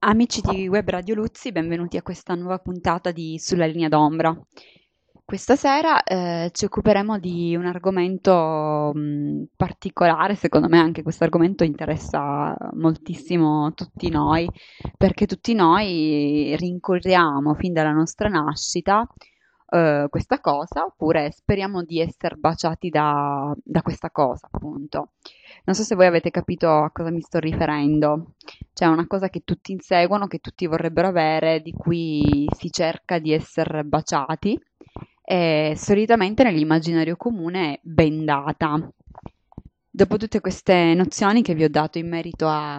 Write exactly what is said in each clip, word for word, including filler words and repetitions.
Amici di Web Radio Luzzi, benvenuti a questa nuova puntata di Sulla linea d'ombra. Questa sera eh, ci occuperemo di un argomento mh, particolare, secondo me anche questo argomento interessa moltissimo tutti noi, perché tutti noi rincorriamo fin dalla nostra nascita eh, questa cosa, oppure speriamo di essere baciati da, da questa cosa, appunto. Non so se voi avete capito a cosa mi sto riferendo. C'è una cosa che tutti inseguono, che tutti vorrebbero avere, di cui si cerca di essere baciati, e solitamente nell'immaginario comune è bendata. Dopo tutte queste nozioni che vi ho dato in merito a,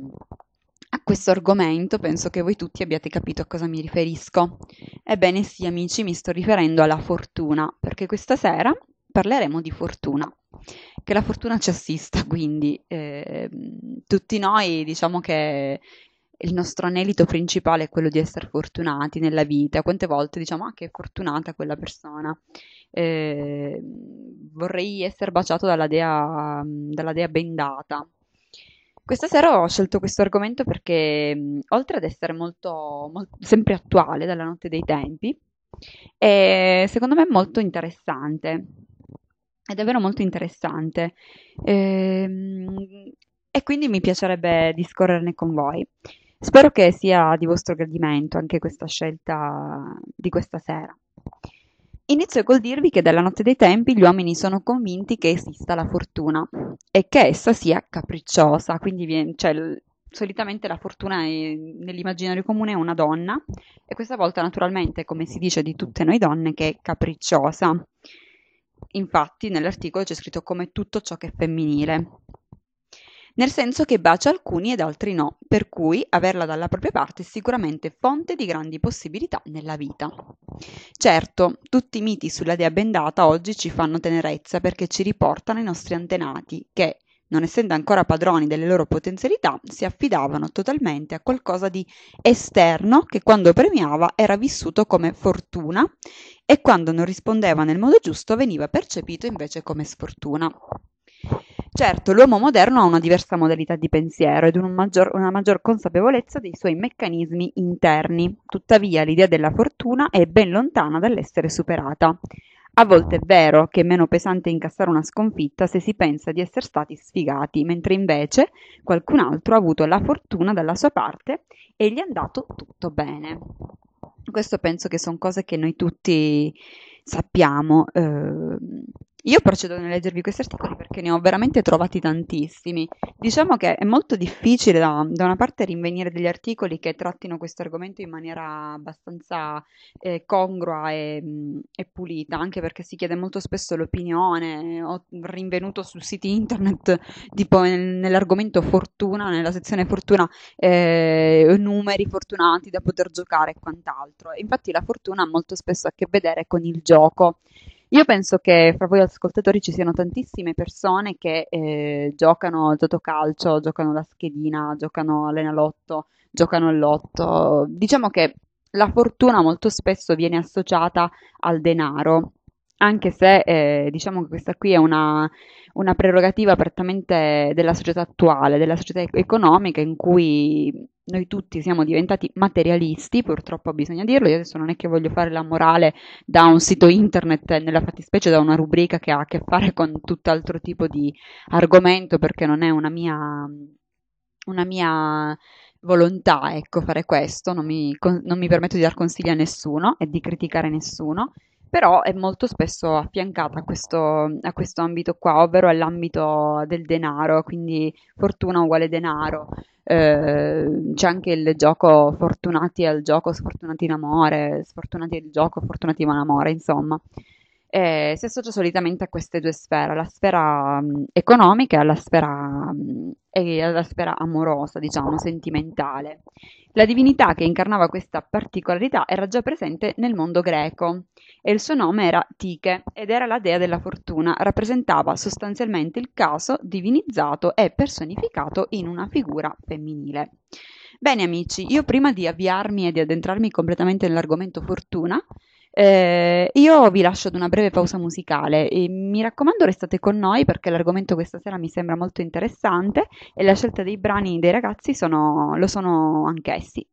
a questo argomento, penso che voi tutti abbiate capito a cosa mi riferisco. Ebbene sì, amici, mi sto riferendo alla fortuna, perché questa sera parleremo di fortuna. Che la fortuna ci assista, quindi eh, tutti noi diciamo che il nostro anelito principale è quello di essere fortunati nella vita. Quante volte diciamo, ah, che fortunata quella persona. Eh, vorrei essere baciato dalla dea, dalla dea bendata. Questa sera ho scelto questo argomento perché, mh, oltre ad essere molto, mol- sempre attuale dalla notte dei tempi, è secondo me molto interessante. È davvero molto interessante. Ehm, e quindi mi piacerebbe discorrerne con voi. Spero che sia di vostro gradimento anche questa scelta di questa sera. Inizio col dirvi che dalla notte dei tempi gli uomini sono convinti che esista la fortuna e che essa sia capricciosa, quindi viene, cioè, l- solitamente la fortuna è- nell'immaginario comune è una donna e questa volta naturalmente, come si dice di tutte noi donne, che è capricciosa. Infatti nell'articolo c'è scritto come tutto ciò che è femminile, nel senso che bacia alcuni ed altri no, per cui averla dalla propria parte è sicuramente fonte di grandi possibilità nella vita. Certo, tutti i miti sulla dea bendata oggi ci fanno tenerezza perché ci riportano i nostri antenati che, non essendo ancora padroni delle loro potenzialità, si affidavano totalmente a qualcosa di esterno che quando premiava era vissuto come fortuna e quando non rispondeva nel modo giusto veniva percepito invece come sfortuna. Certo, l'uomo moderno ha una diversa modalità di pensiero ed un maggior- una maggior consapevolezza dei suoi meccanismi interni, tuttavia l'idea della fortuna è ben lontana dall'essere superata. A volte è vero che è meno pesante incassare una sconfitta se si pensa di essere stati sfigati, mentre invece qualcun altro ha avuto la fortuna dalla sua parte e gli è andato tutto bene. Questo penso che son cose che noi tutti sappiamo. Ehm, io procedo nel leggervi questi articoli perché ne ho veramente trovati tantissimi. Diciamo che è molto difficile da, da una parte rinvenire degli articoli che trattino questo argomento in maniera abbastanza eh, congrua e, mh, e pulita, anche perché si chiede molto spesso l'opinione. Ho rinvenuto su siti internet, tipo nel- nell'argomento fortuna, nella sezione fortuna, eh, numeri fortunati da poter giocare e quant'altro. E infatti la fortuna ha molto spesso a che vedere con il gioco. Io penso che fra voi ascoltatori ci siano tantissime persone che eh, giocano al Totocalcio, giocano la schedina, giocano all'Enalotto, giocano al lotto. Diciamo che la fortuna molto spesso viene associata al denaro, anche se eh, diciamo che questa qui è una, una prerogativa prettamente della società attuale, della società ec- economica in cui noi tutti siamo diventati materialisti, purtroppo bisogna dirlo. Io adesso non è che voglio fare la morale da un sito internet, nella fattispecie da una rubrica che ha a che fare con tutt'altro tipo di argomento, perché non è una mia, una mia volontà, ecco, fare questo, non mi, con- non mi permetto di dar consigli a nessuno e di criticare nessuno, però è molto spesso affiancata a questo, a questo ambito qua, ovvero all'ambito del denaro, quindi fortuna uguale denaro. Eh, c'è anche il gioco fortunati al gioco, sfortunati in amore, sfortunati al gioco, fortunati in amore, insomma. Eh, si associa solitamente a queste due sfere, alla sfera mh, economica e alla sfera, mh, e alla sfera amorosa, diciamo, sentimentale. La divinità che incarnava questa particolarità era già presente nel mondo greco e il suo nome era Tiche ed era la dea della fortuna, rappresentava sostanzialmente il caso divinizzato e personificato in una figura femminile. Bene amici, io prima di avviarmi e di addentrarmi completamente nell'argomento fortuna, Eh, io vi lascio ad una breve pausa musicale e mi raccomando restate con noi perché l'argomento questa sera mi sembra molto interessante e la scelta dei brani dei ragazzi sono, lo sono anch'essi.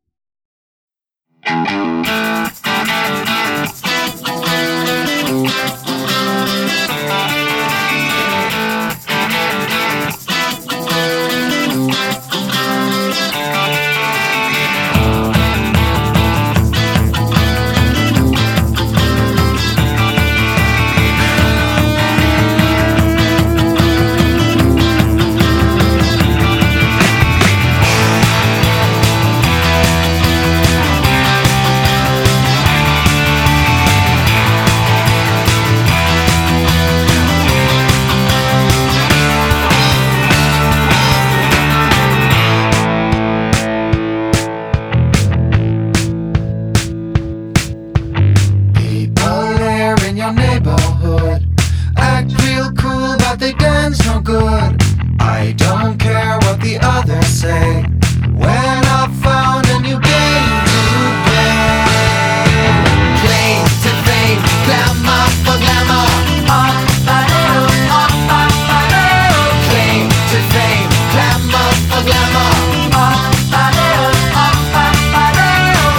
People there in your neighborhood act real cool, but they dance no good. I don't care what the others say when I've found a new game to play. Claim to fame, glamour for glamour. Oh, ba-de-oh, oh, ba-ba-de-oh. Claim to fame, glamour for glamour. Oh, ba-de-oh, oh, ba-ba-de-oh.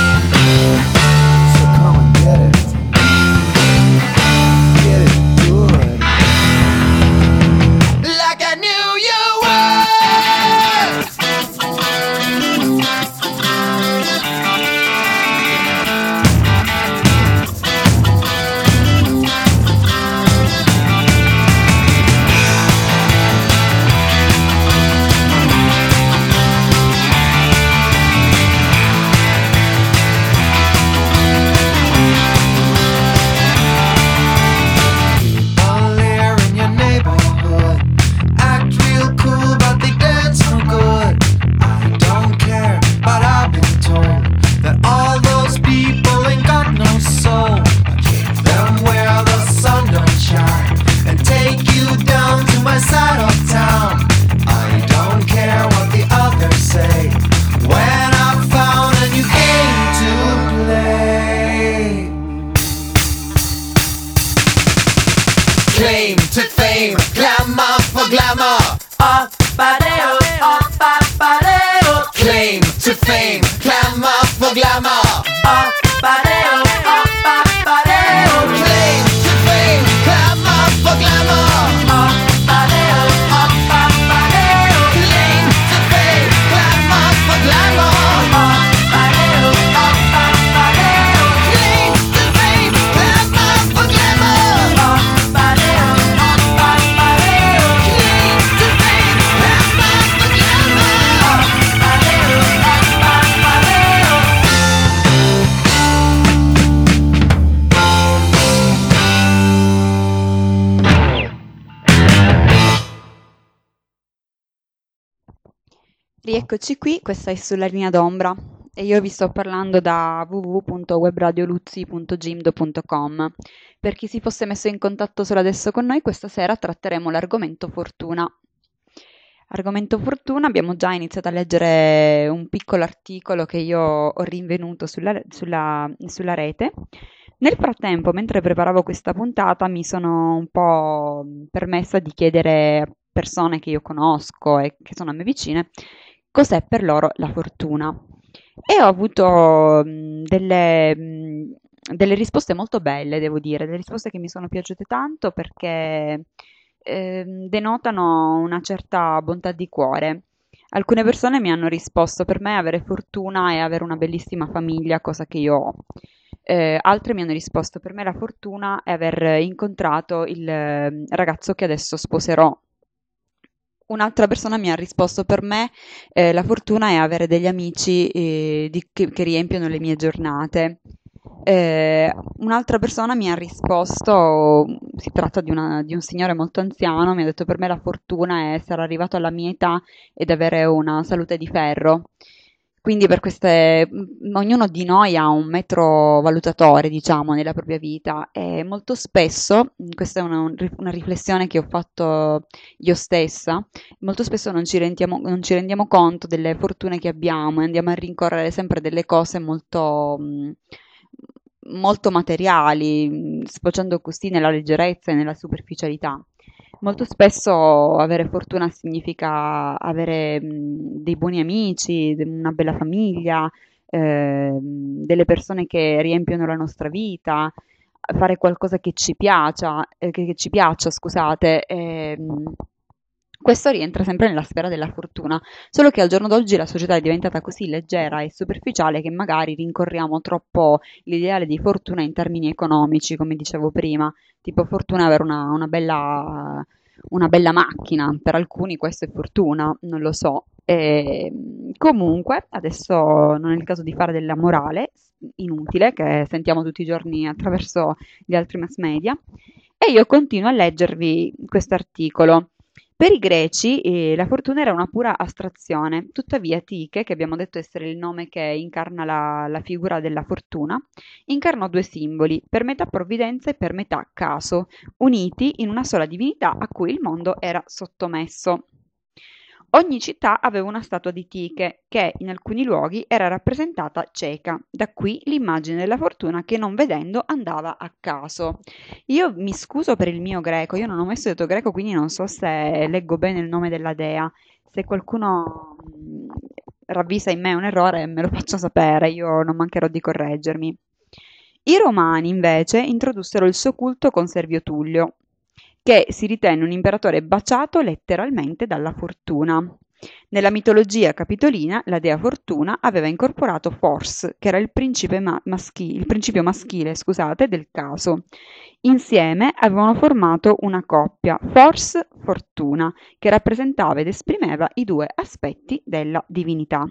So come and get it. Get it good. Like I knew you would. People there in your neighborhood act real cool, but they dance no good. I don't care, but I've been told that all those people ain't got no soul. I kick them where the sun don't shine and take you down to my side of town. I don't care what the others say when I found a new game to play. Claim to fame, glamour for glamour. Oh, ba-de-oh, oh, ba-ba-de-oh. Claim to fame, glamour for glamour. Oh, ba-de-oh, oh, ba-ba-de-oh. Claim to fame, glamour for glamour. Oh, ba-de-oh, oh, ba-ba-de-oh. Claim to fame, glamour for glamour. Oh, ba-de-oh, oh, ba-ba-de-oh. Claim to fame, glamour for glamour. Oh, ba-de-oh, oh, ba-ba-de-oh. Claim to fame, glamour for glamour. Oh, ba-de-oh, oh, ba-ba-de-oh. Rieccoci qui, questa è Sulla linea d'ombra e io vi sto parlando da w w w punto webradioluzzi punto gimdo punto com. Per chi si fosse messo in contatto solo adesso con noi, questa sera tratteremo l'argomento fortuna. Argomento fortuna, abbiamo già iniziato a leggere un piccolo articolo che io ho rinvenuto sulla, sulla, sulla rete. Nel frattempo, mentre preparavo questa puntata, mi sono un po' permessa di chiedere a persone che io conosco e che sono a me vicine cos'è per loro la fortuna. E ho avuto mh, delle, mh, delle risposte molto belle, devo dire, delle risposte che mi sono piaciute tanto perché ehm, denotano una certa bontà di cuore. Alcune persone mi hanno risposto: per me avere fortuna è avere una bellissima famiglia, cosa che io ho. Eh, altre mi hanno risposto: per me la fortuna è aver incontrato il eh, ragazzo che adesso sposerò. Un'altra persona mi ha risposto: per me eh, la fortuna è avere degli amici eh, di- che, che riempiono le mie giornate. Eh, un'altra persona mi ha risposto, si tratta di, una- di un signore molto anziano, mi ha detto: per me la fortuna è essere arrivato alla mia età ed avere una salute di ferro. Quindi per queste, m- ognuno di noi ha un metro valutatore, diciamo, nella propria vita e molto spesso, mh, questa è una, un- una riflessione che ho fatto io stessa, molto spesso non ci rendiamo, non ci rendiamo conto delle fortune che abbiamo e andiamo a rincorrere sempre delle cose molto, mh, molto materiali, mh, sfociando così nella leggerezza e nella superficialità. Molto spesso avere fortuna significa avere mh, dei buoni amici, de- una bella famiglia, ehm, delle persone che riempiono la nostra vita, fare qualcosa che ci piaccia, eh, che, che ci piaccia, scusate. ehm, questo rientra sempre nella sfera della fortuna, solo che al giorno d'oggi la società è diventata così leggera e superficiale che magari rincorriamo troppo l'ideale di fortuna in termini economici, come dicevo prima, tipo fortuna avere una, una bella, una bella macchina, per alcuni questo è fortuna, non lo so. E, comunque, adesso non è il caso di fare della morale inutile che sentiamo tutti i giorni attraverso gli altri mass media, e io continuo a leggervi questo articolo. Per i greci eh, la fortuna era una pura astrazione, tuttavia Tiche, che abbiamo detto essere il nome che incarna la, la figura della fortuna, incarnò due simboli, per metà provvidenza e per metà caso, uniti in una sola divinità a cui il mondo era sottomesso. Ogni città aveva una statua di Tiche, che in alcuni luoghi era rappresentata cieca, da qui l'immagine della fortuna che non vedendo andava a caso. Io mi scuso per il mio greco, io non ho mai studiato greco, quindi non so se leggo bene il nome della dea. Se qualcuno mh, ravvisa in me un errore, me lo faccia sapere, io non mancherò di correggermi. I Romani, invece, introdussero il suo culto con Servio Tullio, che si ritenne un imperatore baciato letteralmente dalla fortuna. Nella mitologia capitolina, la dea Fortuna aveva incorporato Fors, che era il, principe ma- maschi- il principio maschile, scusate, del caso. Insieme avevano formato una coppia, Fors-Fortuna, che rappresentava ed esprimeva i due aspetti della divinità.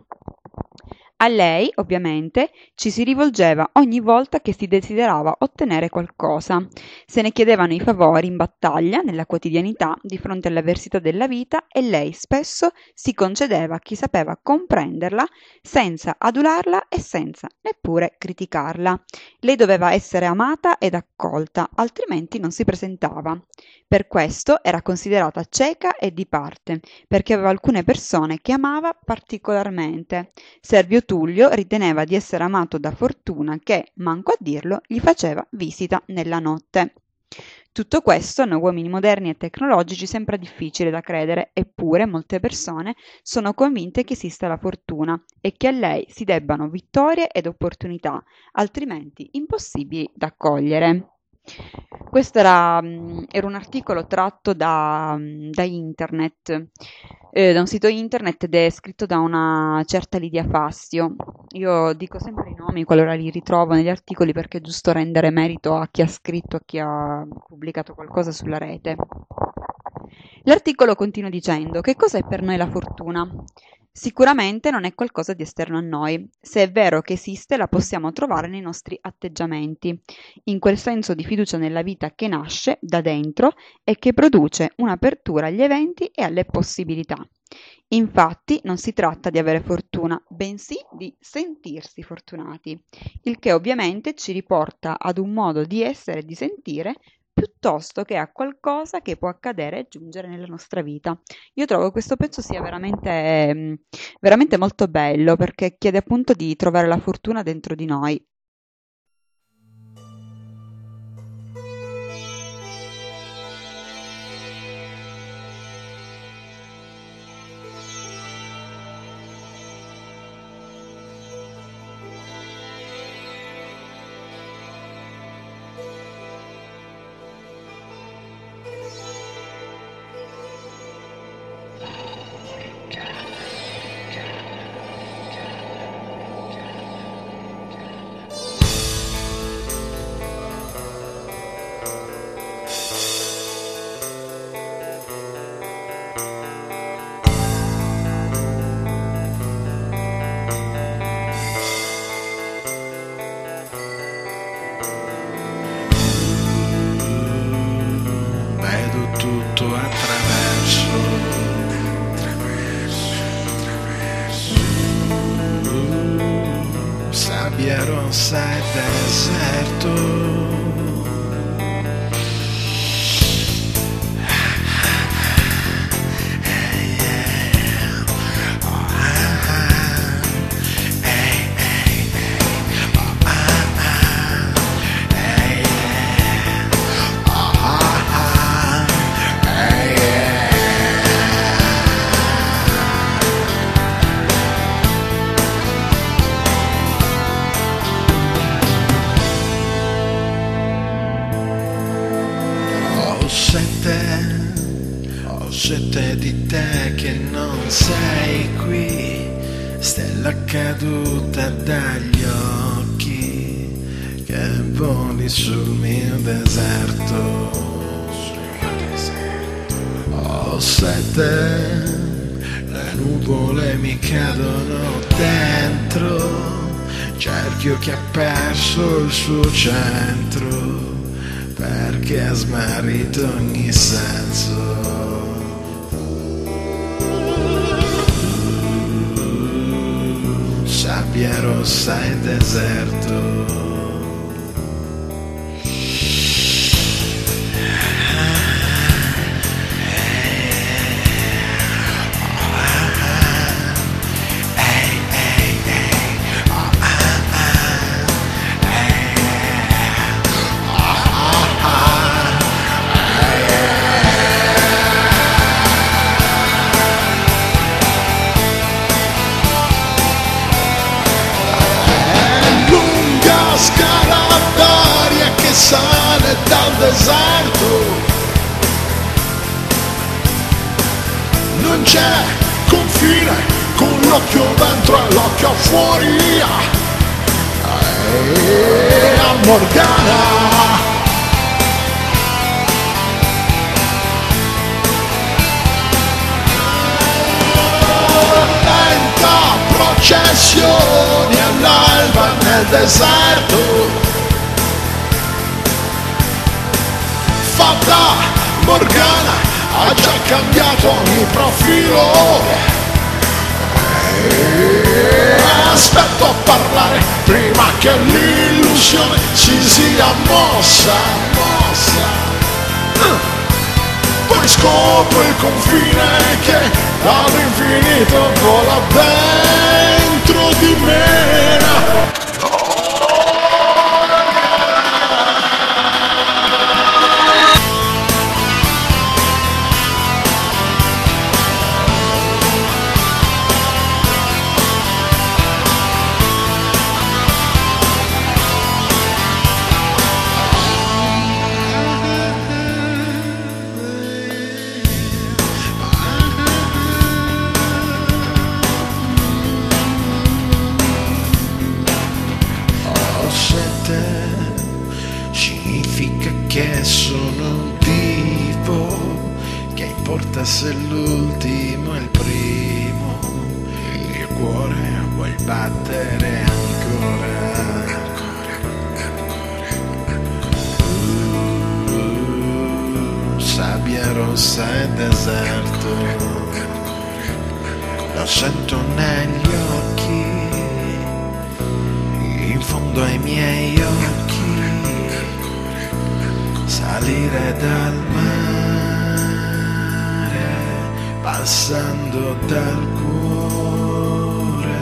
A lei, ovviamente, ci si rivolgeva ogni volta che si desiderava ottenere qualcosa. Se ne chiedevano i favori in battaglia, nella quotidianità, di fronte alle avversità della vita, e lei spesso si concedeva a chi sapeva comprenderla senza adularla e senza neppure criticarla. Lei doveva essere amata ed accolta, altrimenti non si presentava. Per questo era considerata cieca e di parte, perché aveva alcune persone che amava particolarmente. Servio Tullio riteneva di essere amato da Fortuna che, manco a dirlo, gli faceva visita nella notte. Tutto questo a noi uomini moderni e tecnologici sembra difficile da credere, eppure molte persone sono convinte che esista la fortuna e che a lei si debbano vittorie ed opportunità, altrimenti impossibili da cogliere. Questo era, mh, era un articolo tratto da, mh, da internet, eh, da un sito internet, ed è scritto da una certa Lidia Fastio. Io dico sempre i nomi qualora li ritrovo negli articoli perché è giusto rendere merito a chi ha scritto, a chi ha pubblicato qualcosa sulla rete. L'articolo continua dicendo: che cos'è per noi la fortuna? Sicuramente non è qualcosa di esterno a noi. Se è vero che esiste, la possiamo trovare nei nostri atteggiamenti, in quel senso di fiducia nella vita che nasce da dentro e che produce un'apertura agli eventi e alle possibilità. Infatti non si tratta di avere fortuna, bensì di sentirsi fortunati, il che ovviamente ci riporta ad un modo di essere e di sentire piuttosto che a qualcosa che può accadere e giungere nella nostra vita. Io trovo che questo pezzo sia veramente, mm, veramente molto bello perché chiede appunto di trovare la fortuna dentro di noi. Vedo tutto attraverso, attraverso, attraverso. Uh, sabbia rossa e deserto. sete di te che non sei qui, stella caduta dagli occhi, che voli sul mio deserto. Ho sete, le nuvole mi cadono dentro, cerchio che ha perso il suo centro, perché ha smarrito ogni senso. Sabbia rossa e deserto. Sale dal deserto, non c'è confine con l'occhio dentro e l'occhio fuori. E a Morgana lenta processioni all'alba nel deserto. Fatta Morgana ha già cambiato ogni profilo. E aspetto a parlare prima che l'illusione si sia mossa, mossa. Poi scopro il confine che dall'infinito vola dentro di me. Significa che sono un tipo, che importa se l'ultimo è il primo, il mio cuore vuol battere ancora, ancora, ancora, uh, sabbia rossa e deserto, lo sento negli occhi, in fondo ai miei occhi, salire dal mare, passando dal cuore.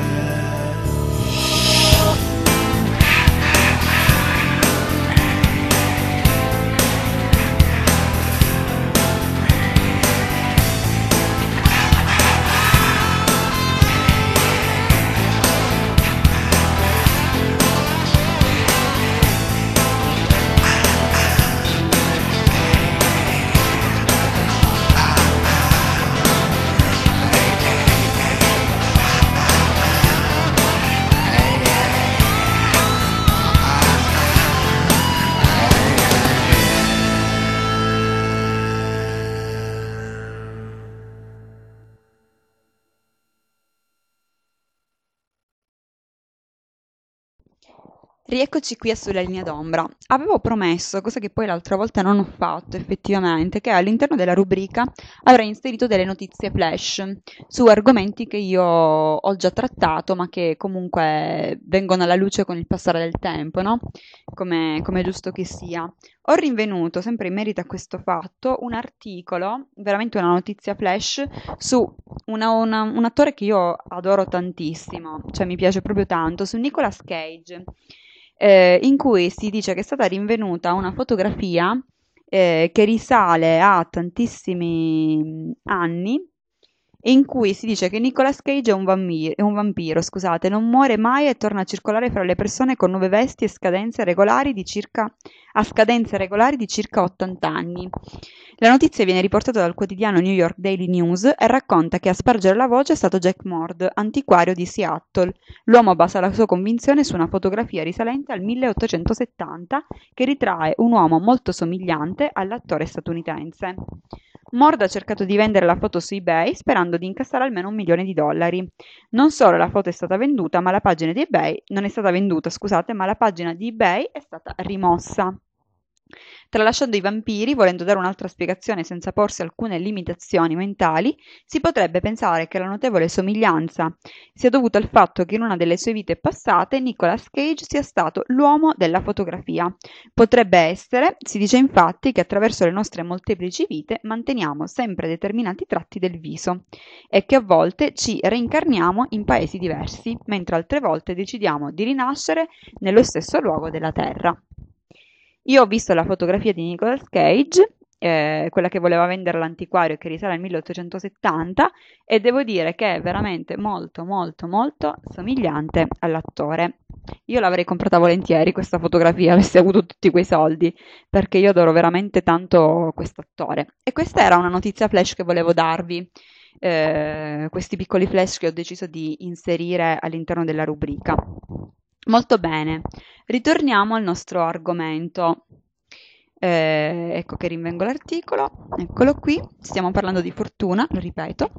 Rieccoci qui a Sulla linea d'ombra. Avevo promesso, cosa che poi l'altra volta non ho fatto effettivamente, che all'interno della rubrica avrei inserito delle notizie flash su argomenti che io ho già trattato, ma che comunque vengono alla luce con il passare del tempo, no? Come, come è giusto che sia. Ho rinvenuto, sempre in merito a questo fatto, un articolo, veramente una notizia flash, su una- una- un attore che io adoro tantissimo, cioè mi piace proprio tanto, su Nicolas Cage, eh, in cui si dice che è stata rinvenuta una fotografia eh, che risale a tantissimi anni in cui si dice che Nicolas Cage è un, vampiro, è un vampiro, scusate, non muore mai e torna a circolare fra le persone con nuove vesti e scadenze regolari di circa, a scadenze regolari di circa ottanta anni. La notizia viene riportata dal quotidiano New York Daily News e racconta che a spargere la voce è stato Jack Mord, antiquario di Seattle. L'uomo basa la sua convinzione su una fotografia risalente al milleottocentosettanta che ritrae un uomo molto somigliante all'attore statunitense. Mord ha cercato di vendere la foto su eBay sperando di incassare almeno un milione di dollari. Non solo la foto è stata venduta, ma la pagina di eBay non è stata venduta, scusate, ma la pagina di eBay è stata rimossa. Tralasciando i vampiri, volendo dare un'altra spiegazione senza porsi alcune limitazioni mentali, si potrebbe pensare che la notevole somiglianza sia dovuta al fatto che in una delle sue vite passate Nicolas Cage sia stato l'uomo della fotografia. Potrebbe essere, si dice infatti, che attraverso le nostre molteplici vite manteniamo sempre determinati tratti del viso e che a volte ci reincarniamo in paesi diversi, mentre altre volte decidiamo di rinascere nello stesso luogo della Terra. Io ho visto la fotografia di Nicolas Cage, eh, quella che voleva vendere l'antiquario che risale al milleottocentosettanta, e devo dire che è veramente molto molto molto somigliante all'attore. Io l'avrei comprata volentieri questa fotografia, avessi avuto tutti quei soldi, perché io adoro veramente tanto questo attore. E questa era una notizia flash che volevo darvi, eh, questi piccoli flash che ho deciso di inserire all'interno della rubrica. Molto bene, ritorniamo al nostro argomento. Eh, ecco che rinvengo l'articolo, eccolo qui, stiamo parlando di fortuna, lo ripeto,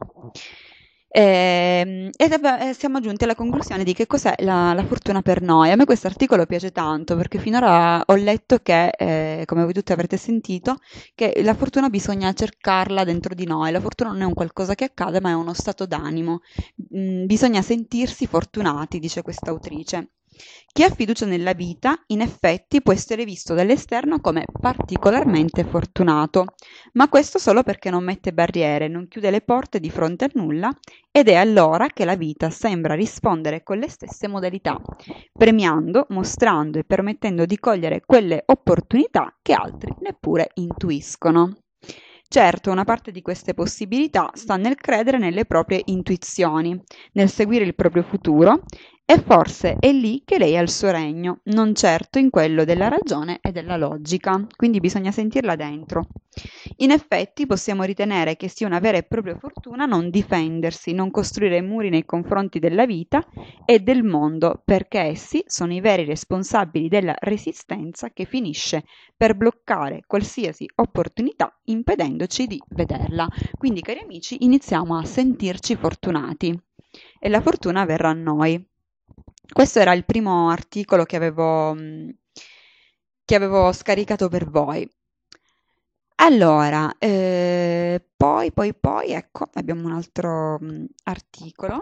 eh, e siamo giunti alla conclusione di che cos'è la, la fortuna per noi. A me questo articolo piace tanto perché finora ho letto che, eh, come voi tutti avrete sentito, che la fortuna bisogna cercarla dentro di noi. La fortuna non è un qualcosa che accade, ma è uno stato d'animo. Mm, bisogna sentirsi fortunati, dice questa autrice. Chi ha fiducia nella vita, in effetti, può essere visto dall'esterno come particolarmente fortunato, ma questo solo perché non mette barriere, non chiude le porte di fronte a nulla, ed è allora che la vita sembra rispondere con le stesse modalità, premiando, mostrando e permettendo di cogliere quelle opportunità che altri neppure intuiscono. Certo, una parte di queste possibilità sta nel credere nelle proprie intuizioni, nel seguire il proprio futuro, e forse è lì che lei ha il suo regno, non certo in quello della ragione e della logica, quindi bisogna sentirla dentro. In effetti possiamo ritenere che sia una vera e propria fortuna non difendersi, non costruire muri nei confronti della vita e del mondo, perché essi sono i veri responsabili della resistenza che finisce per bloccare qualsiasi opportunità impedendoci di vederla. Quindi, cari amici, iniziamo a sentirci fortunati e la fortuna verrà a noi. Questo era il primo articolo che avevo, che avevo scaricato per voi. Allora, eh, poi, poi, poi, ecco, abbiamo un altro mh, articolo.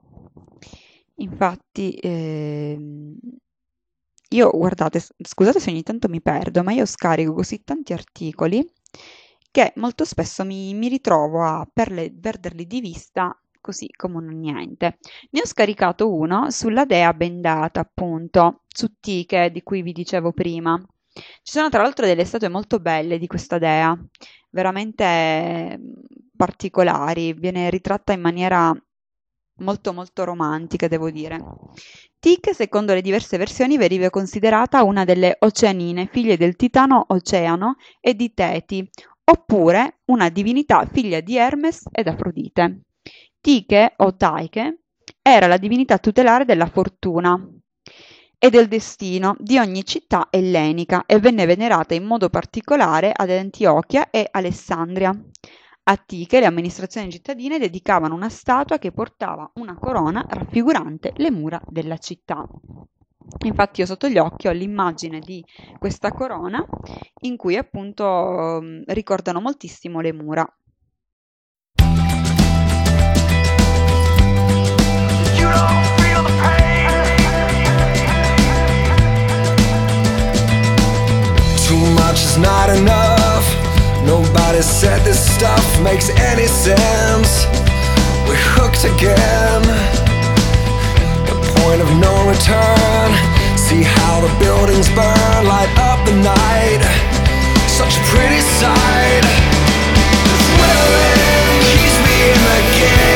Infatti, eh, io, guardate, scusate se ogni tanto mi perdo, ma io scarico così tanti articoli che molto spesso mi, mi ritrovo a perle, perderli di vista così come un niente. Ne ho scaricato uno sulla dea bendata, appunto, su Tyche, di cui vi dicevo prima. Ci sono tra l'altro delle statue molto belle di questa dea, veramente particolari, viene ritratta in maniera molto molto romantica, devo dire. Tyche, secondo le diverse versioni, veniva considerata una delle Oceanine, figlie del titano Oceano e di Teti, oppure una divinità figlia di Hermes ed Afrodite. Tyche o Tyche era la divinità tutelare della fortuna e del destino di ogni città ellenica e venne venerata in modo particolare ad Antiochia e Alessandria. A Tyche le amministrazioni cittadine dedicavano una statua che portava una corona raffigurante le mura della città. Infatti io sotto gli occhi ho l'immagine di questa corona in cui appunto ricordano moltissimo le mura. Too much is not enough. Nobody said this stuff makes any sense. We're hooked again. The point of no return. See how the buildings burn, light up the night. Such a pretty sight. This weather keeps me in the game.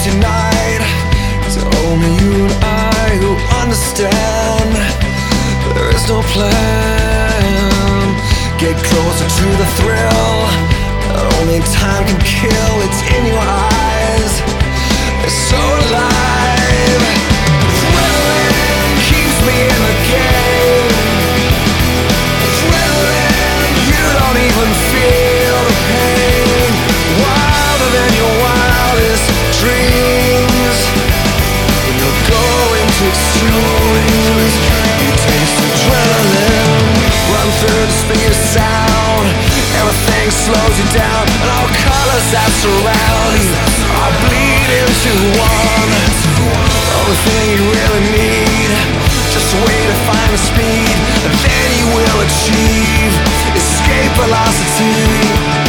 empty night. It's only you and I who understand. There is no plan. Get closer to the thrill that only time can kill. It's in your eyes. It's so alive. Adrenaline keeps me in the game. Adrenaline, you don't even feel the pain. Wilder than your wildest dreams. When you're going to extremes, you taste adrenaline. Run through the speed of sound. Everything slows you down, and all colors that surround you are bleed into one. Only thing you really need, just a way to find the speed, and then you will achieve escape velocity.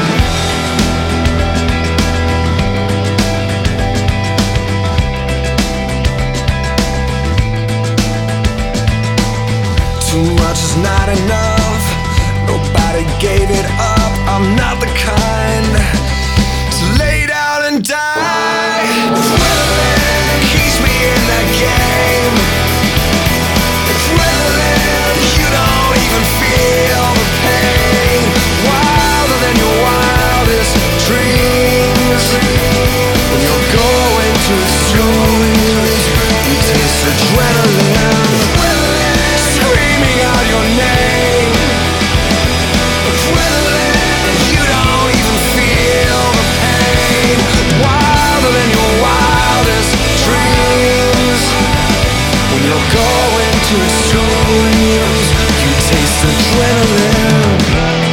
Too much is not enough. Nobody gave it up. I'm not the kind to lay down and die. Adrenaline keeps me in that game. Adrenaline, you don't even feel the pain. Wilder than your wildest dreams. When you're going to extremes, you taste adrenaline. Screaming out your name. Adrenaline, you don't even feel the pain. Wilder than your wildest dreams. When you're going to extremes, you taste adrenaline.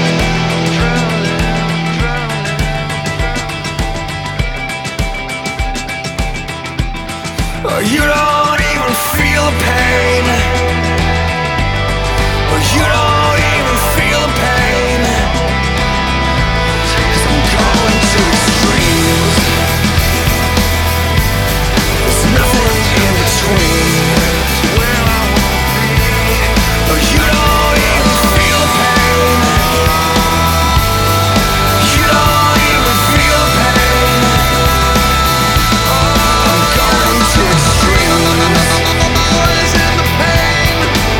Oh, you don't even feel the pain. You don't even feel the pain. 'Cause I'm going to extremes. There's nothing in between. Where I wanna be. Oh, you don't even feel the pain. You don't even feel the pain. I'm going to extremes. Always in the pain.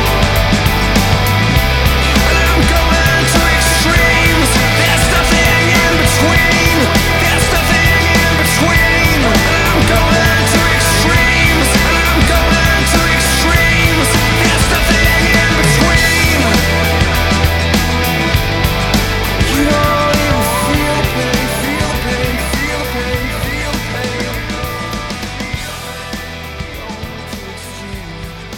I'm going to extremes. There's nothing in between. There's nothing in between. I'm going to extremes. I'm going to extremes. There's nothing in between. You don't even feel pain, feel pain, feel pain, feel pain. Going to extremes.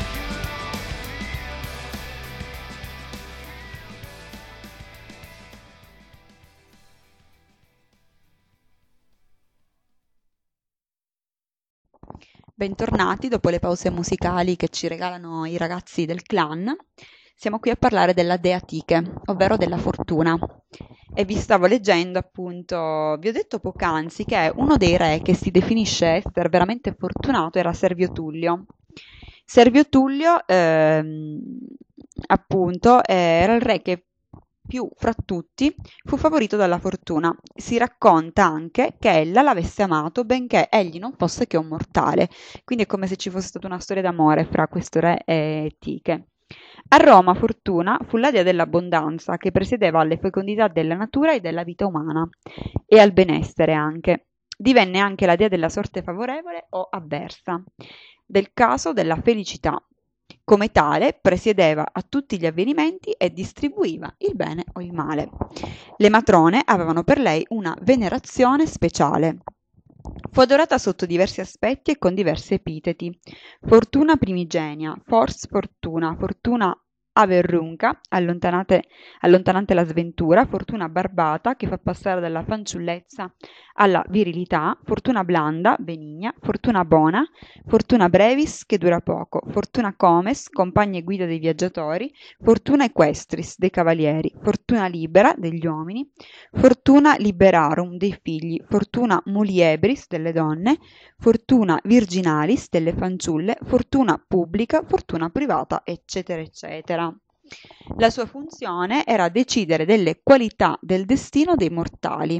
Bentornati dopo le pause musicali che ci regalano i ragazzi del clan. Siamo qui a parlare della Dea Tyche, ovvero della fortuna. E vi stavo leggendo appunto, vi ho detto poc'anzi che uno dei re che si definisce essere veramente fortunato era Servio Tullio. Servio Tullio, ehm, appunto, era il re che più fra tutti fu favorito dalla fortuna. Si racconta anche che ella l'avesse amato benché egli non fosse che un mortale, quindi è come se ci fosse stata una storia d'amore fra questo re e Tyche. A Roma Fortuna fu la dea dell'abbondanza che presiedeva alle fecondità della natura e della vita umana e al benessere anche. Divenne anche la dea della sorte favorevole o avversa, del caso della felicità. Come tale presiedeva a tutti gli avvenimenti e distribuiva il bene o il male. Le matrone avevano per lei una venerazione speciale. Fu adorata sotto diversi aspetti e con diversi epiteti. Fortuna primigenia, Fors Fortuna, Fortuna Averrunca, allontanate, allontanante la sventura, Fortuna barbata, che fa passare dalla fanciullezza alla virilità, Fortuna blanda, benigna, Fortuna bona, Fortuna brevis, che dura poco, Fortuna comes, compagna e guida dei viaggiatori, Fortuna equestris, dei cavalieri, Fortuna libera, degli uomini, Fortuna liberarum, dei figli, Fortuna muliebris, delle donne, Fortuna virginalis, delle fanciulle, Fortuna pubblica, Fortuna privata, eccetera, eccetera. La sua funzione era decidere delle qualità del destino dei mortali.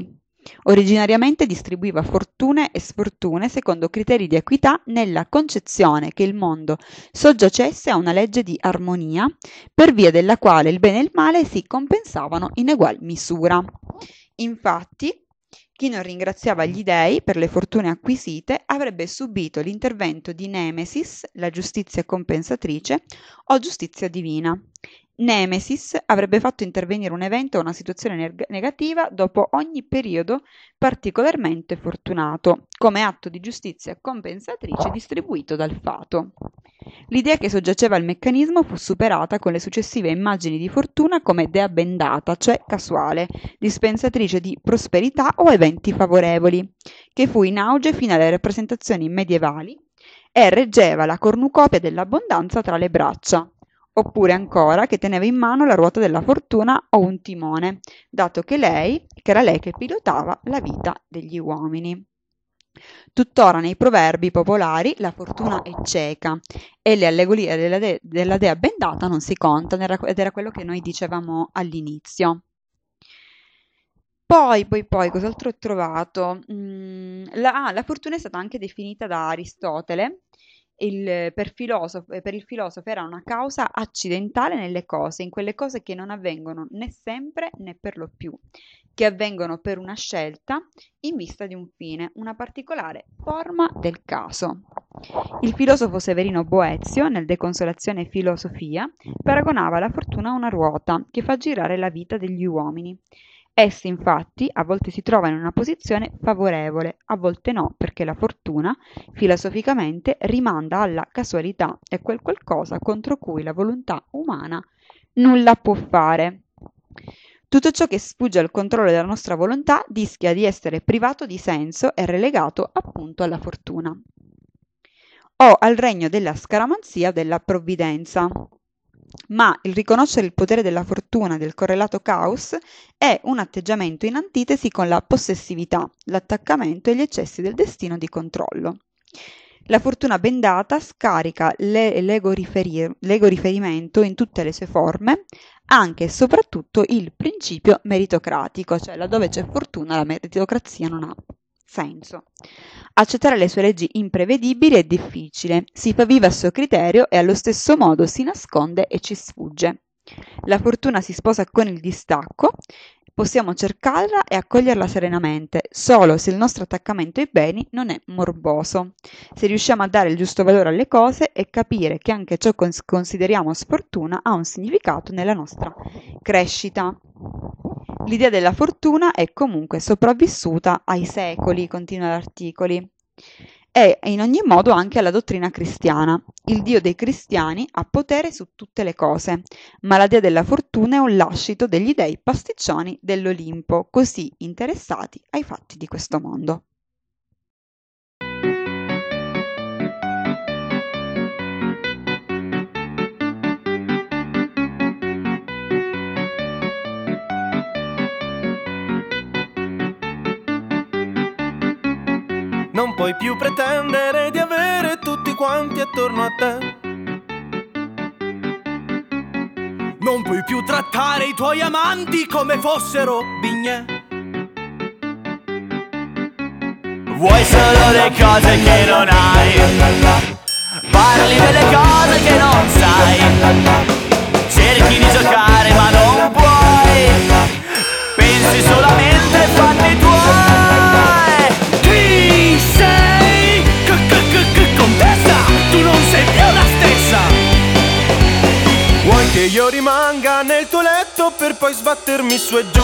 Originariamente distribuiva fortune e sfortune secondo criteri di equità nella concezione che il mondo soggiacesse a una legge di armonia per via della quale il bene e il male si compensavano in egual misura. Infatti, chi non ringraziava gli dei per le fortune acquisite avrebbe subito l'intervento di Nemesis, la giustizia compensatrice, o giustizia divina. Nemesis avrebbe fatto intervenire un evento o una situazione neg- negativa dopo ogni periodo particolarmente fortunato, come atto di giustizia compensatrice distribuito dal fato. L'idea che soggiaceva al meccanismo fu superata con le successive immagini di fortuna come dea bendata, cioè casuale, dispensatrice di prosperità o eventi favorevoli, che fu in auge fino alle rappresentazioni medievali e reggeva la cornucopia dell'abbondanza tra le braccia, oppure ancora che teneva in mano la ruota della fortuna o un timone, dato che lei, che era lei che pilotava la vita degli uomini. Tuttora nei proverbi popolari la fortuna è cieca e le allegorie della, de- della dea bendata non si contano, era- ed era quello che noi dicevamo all'inizio. Poi, poi, poi, cos'altro ho trovato? Mm, la, ah, la fortuna è stata anche definita da Aristotele. Il, per, filosofo, per il filosofo era una causa accidentale nelle cose, in quelle cose che non avvengono né sempre né per lo più, che avvengono per una scelta in vista di un fine, una particolare forma del caso. Il filosofo Severino Boezio, nel De Consolatione Filosofia, paragonava la fortuna a una ruota che fa girare la vita degli uomini. Essi, infatti, a volte si trovano in una posizione favorevole, a volte no, perché la fortuna, filosoficamente, rimanda alla casualità e quel qualcosa contro cui la volontà umana nulla può fare. Tutto ciò che sfugge al controllo della nostra volontà rischia di essere privato di senso e relegato appunto alla fortuna o al regno della scaramanzia della provvidenza. Ma il riconoscere il potere della fortuna e del correlato caos è un atteggiamento in antitesi con la possessività, l'attaccamento e gli eccessi del destino di controllo. La fortuna bendata scarica le, l'ego, riferir, l'ego riferimento in tutte le sue forme, anche e soprattutto il principio meritocratico, cioè laddove c'è fortuna la meritocrazia non ha senso. Accettare le sue leggi imprevedibili è difficile, si fa viva a suo criterio e allo stesso modo si nasconde e ci sfugge. La fortuna si sposa con il distacco, possiamo cercarla e accoglierla serenamente, solo se il nostro attaccamento ai beni non è morboso, se riusciamo a dare il giusto valore alle cose e capire che anche ciò che consideriamo sfortuna ha un significato nella nostra crescita. L'idea della fortuna è comunque sopravvissuta ai secoli, continua l'articolo, e in ogni modo anche alla dottrina cristiana. Il Dio dei cristiani ha potere su tutte le cose, ma la dea della fortuna è un lascito degli dei pasticcioni dell'Olimpo, così interessati ai fatti di questo mondo. Non puoi più pretendere di avere tutti quanti attorno a te. Non puoi più trattare i tuoi amanti come fossero bignè. Vuoi solo le cose che non hai, parli delle cose che non sai, cerchi di giocare ma non puoi, pensi solamente ai fatti tuoi. Chi sei? Contessa, tu non sei più la stessa. Vuoi che io rimanga nel tuo letto per poi sbattermi su e giù?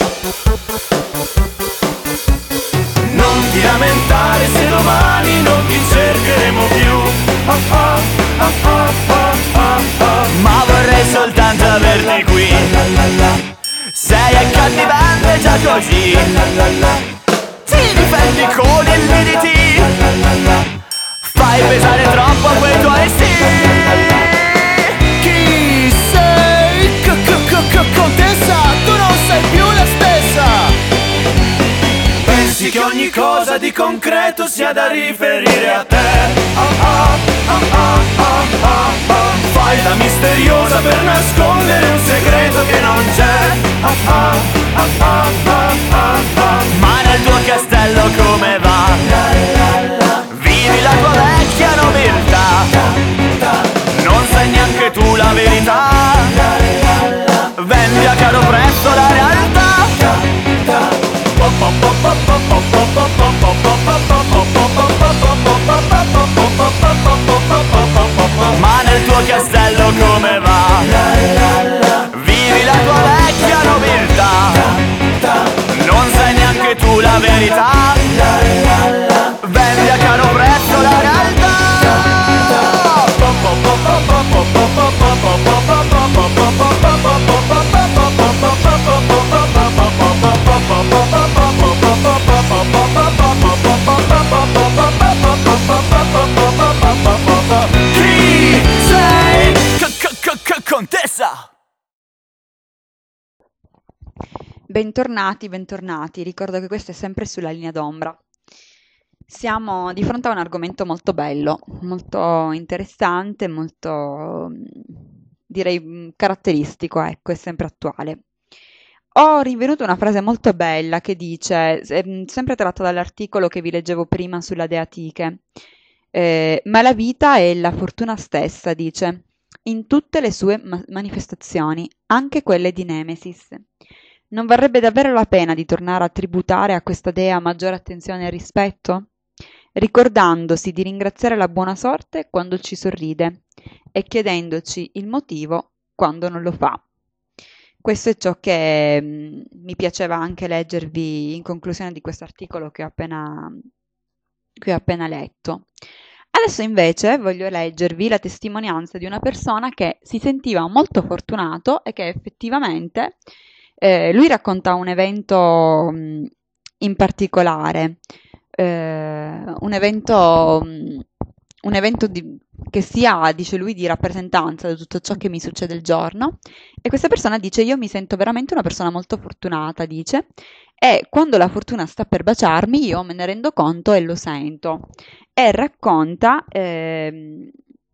Non ti lamentare se domani non ti cercheremo più. Oh, oh, oh, oh, oh, oh, oh. Ma vorrei soltanto averti qui. Sei accattivante già così. Ti difendi con il D D T. Fai pesare troppo a quei tuoi sì. Chi sei? Contessa, tu non sei più la stessa. Pensi che ogni cosa di concreto sia da riferire a te. Oh oh oh oh oh oh oh. Fai la misteriosa per nascondere un segreto che non c'è. Ah, ah, ah, ah, ah, ah, ah. Ma nel tuo castello come va? Vivi la tua vecchia nobiltà, non sai neanche tu la verità. Vendi a caro prezzo la realtà. Ma nel tuo castello come va? Vivi la tua vecchia nobiltà, non sai neanche tu la verità. Vendi a caro prezzo la realtà. Chi sei? Contessa! Bentornati, bentornati. Ricordo che questo è sempre sulla linea d'ombra. Siamo di fronte a un argomento molto bello, molto interessante, molto, direi, caratteristico, ecco, è sempre attuale. Ho rinvenuto una frase molto bella che dice, sempre tratta dall'articolo che vi leggevo prima sulla Dea Tyche, eh, ma la vita è la fortuna stessa, dice, in tutte le sue ma- manifestazioni, anche quelle di Nemesis. Non varrebbe davvero la pena di tornare a tributare a questa dea maggiore attenzione e rispetto? Ricordandosi di ringraziare la buona sorte quando ci sorride e chiedendoci il motivo quando non lo fa. Questo è ciò che mh, mi piaceva anche leggervi in conclusione di questo articolo che ho appena, che ho appena letto. Adesso invece voglio leggervi la testimonianza di una persona che si sentiva molto fortunato e che effettivamente eh, lui racconta un evento mh, in particolare, eh, un evento, mh, un evento di, che sia, dice lui, di rappresentanza di tutto ciò che mi succede il giorno. E questa persona dice: io mi sento veramente una persona molto fortunata, dice, e quando la fortuna sta per baciarmi io me ne rendo conto e lo sento. E racconta, ehm,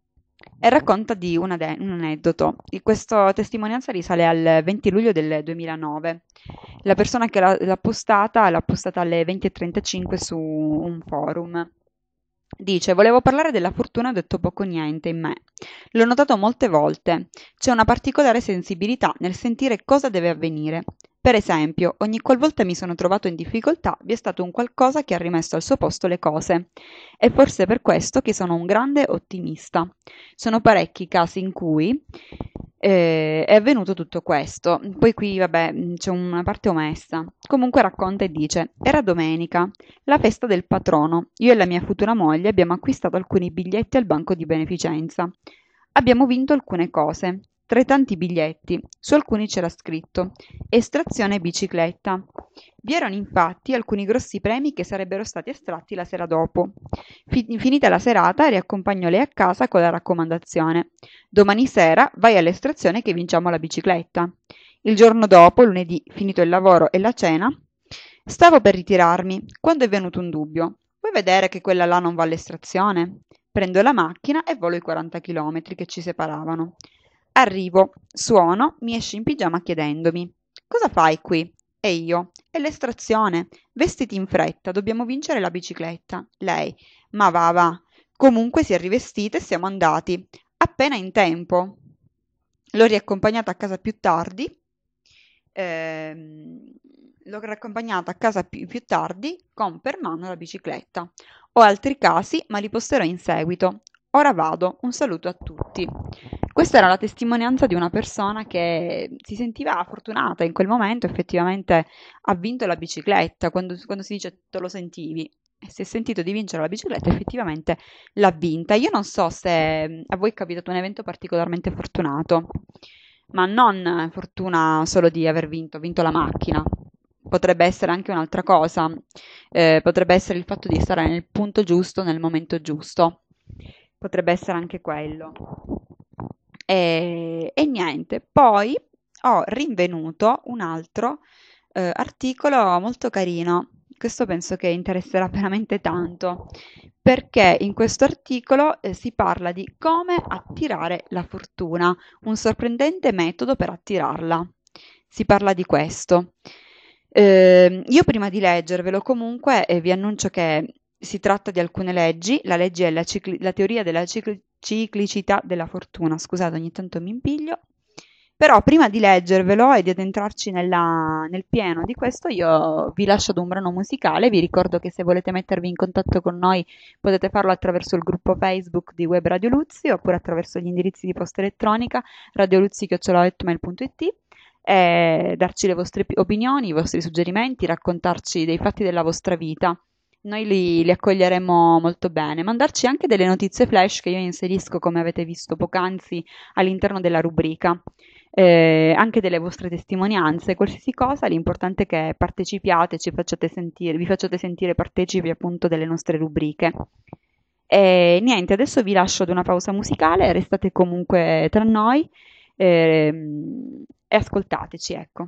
e racconta di un, ade- un aneddoto. E questa testimonianza risale al venti luglio del duemilanove. La persona che l'ha, l'ha postata l'ha postata alle venti e trentacinque su un forum. Dice: volevo parlare della fortuna, ho detto poco o niente in me. L'ho notato molte volte. C'è una particolare sensibilità nel sentire cosa deve avvenire. Per esempio, ogni qualvolta mi sono trovato in difficoltà, vi è stato un qualcosa che ha rimesso al suo posto le cose. È forse per questo che sono un grande ottimista. Sono parecchi casi in cui eh, è avvenuto tutto questo. Poi qui, vabbè, c'è una parte omessa. Comunque racconta e dice: era domenica, la festa del patrono. Io e la mia futura moglie abbiamo acquistato alcuni biglietti al banco di beneficenza. Abbiamo vinto alcune cose. Tra i tanti biglietti, su alcuni c'era scritto estrazione bicicletta. Vi erano infatti alcuni grossi premi che sarebbero stati estratti la sera dopo. Fi- finita la serata, riaccompagno lei a casa con la raccomandazione: domani sera vai all'estrazione che vinciamo la bicicletta. Il giorno dopo, lunedì, finito il lavoro e la cena, stavo per ritirarmi, quando è venuto un dubbio. Vuoi vedere che quella là non va all'estrazione? Prendo la macchina e volo i quaranta chilometri che ci separavano. Arrivo, suono, mi esce in pigiama chiedendomi: cosa fai qui? E io: è l'estrazione. Vestiti in fretta, dobbiamo vincere la bicicletta. Lei: ma va, va. Comunque si è rivestita e siamo andati. Appena in tempo. L'ho riaccompagnata a casa più tardi. Ehm, l'ho riaccompagnata a casa più, più tardi con per mano la bicicletta. Ho altri casi, ma li posterò in seguito. Ora vado, un saluto a tutti. Questa era la testimonianza di una persona che si sentiva fortunata in quel momento, effettivamente ha vinto la bicicletta. Quando, quando si dice te lo sentivi, e si è sentito di vincere la bicicletta, effettivamente l'ha vinta. Io non so se a voi è capitato un evento particolarmente fortunato, ma non fortuna solo di aver vinto, vinto la macchina. Potrebbe essere anche un'altra cosa, eh, potrebbe essere il fatto di stare nel punto giusto, nel momento giusto. Potrebbe essere anche quello. E, e niente, poi ho rinvenuto un altro eh, articolo molto carino questo penso che interesserà veramente tanto, perché in questo articolo eh, si parla di come attirare la fortuna, un sorprendente metodo per attirarla. Si parla di questo. Eh, io prima di leggervelo comunque eh, vi annuncio che si tratta di alcune leggi. La legge è la, cicli- la teoria della cicli- ciclicità della fortuna. Scusate, ogni tanto mi impiglio. Però prima di leggervelo e di addentrarci nella- nel pieno di questo, io vi lascio ad un brano musicale. Vi ricordo che se volete mettervi in contatto con noi potete farlo attraverso il gruppo Facebook di Web Radio Luzzi oppure attraverso gli indirizzi di posta elettronica radioluzzi chiocciola hotmail punto it e darci le vostre pi- opinioni, i vostri suggerimenti, raccontarci dei fatti della vostra vita. Noi li, li accoglieremo molto bene. Mandarci anche delle notizie flash che io inserisco, come avete visto poc'anzi, all'interno della rubrica. Eh, anche delle vostre testimonianze, qualsiasi cosa, l'importante è che partecipiate, ci facciate sentire, vi facciate sentire partecipi appunto delle nostre rubriche. E niente, adesso vi lascio ad una pausa musicale, restate comunque tra noi ehm, e ascoltateci, ecco.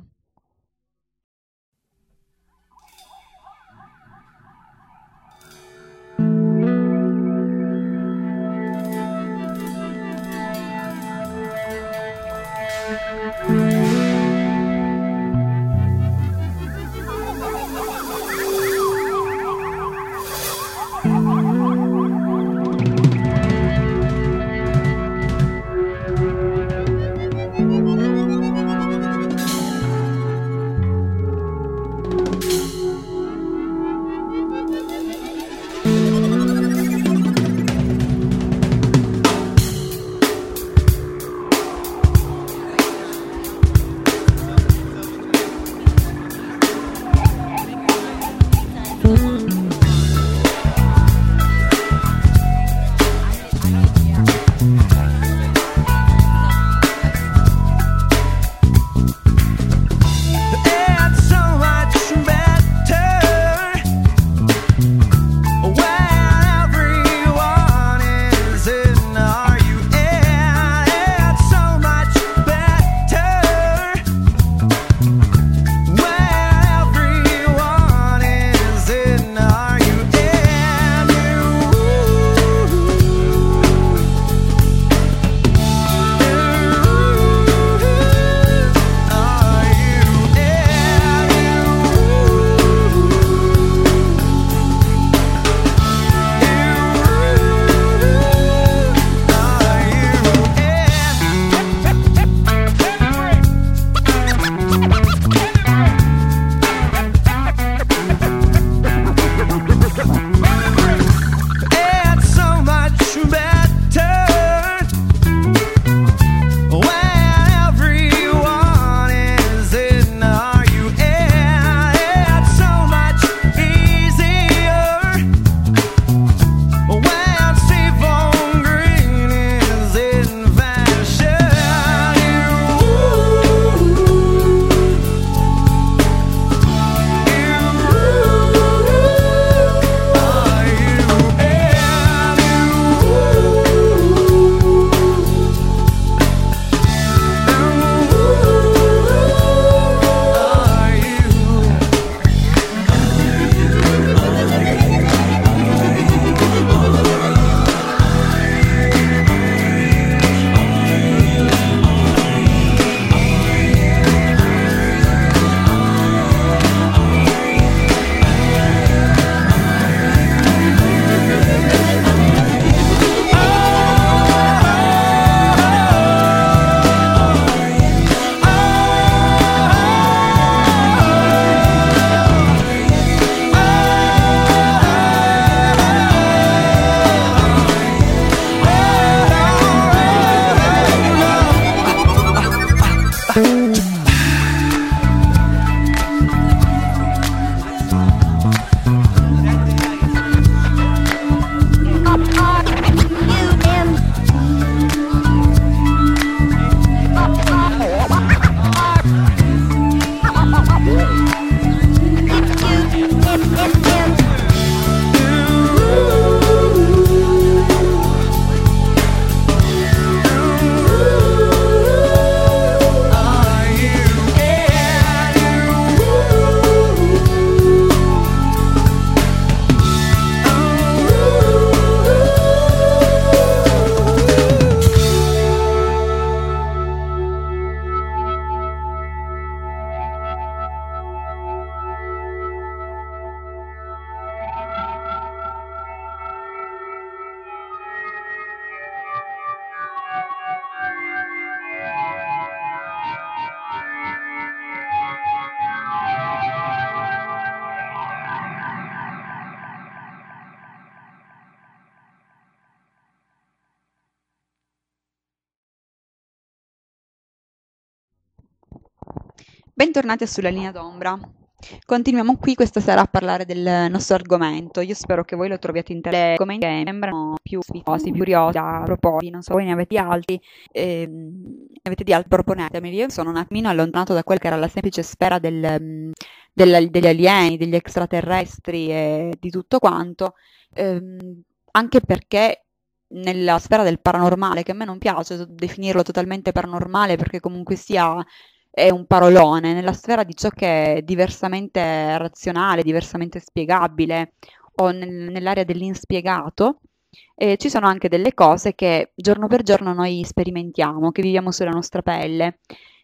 Bentornati a Sulla linea d'ombra. Continuiamo qui questa sera a parlare del nostro argomento. Io spero che voi lo troviate interessante. Argomenti che sembrano più spinosi, più curiosi a proposito. Non so, voi ne avete altri, ehm, ne avete di altri, proponetemeli. Io sono un attimino allontanato da quella che era la semplice sfera del, del, degli alieni, degli extraterrestri e di tutto quanto, ehm, anche perché nella sfera del paranormale, che a me non piace definirlo totalmente paranormale perché comunque sia è un parolone, nella sfera di ciò che è diversamente razionale, diversamente spiegabile o nel- nell'area dell'inspiegato, eh, ci sono anche delle cose che giorno per giorno noi sperimentiamo, che viviamo sulla nostra pelle,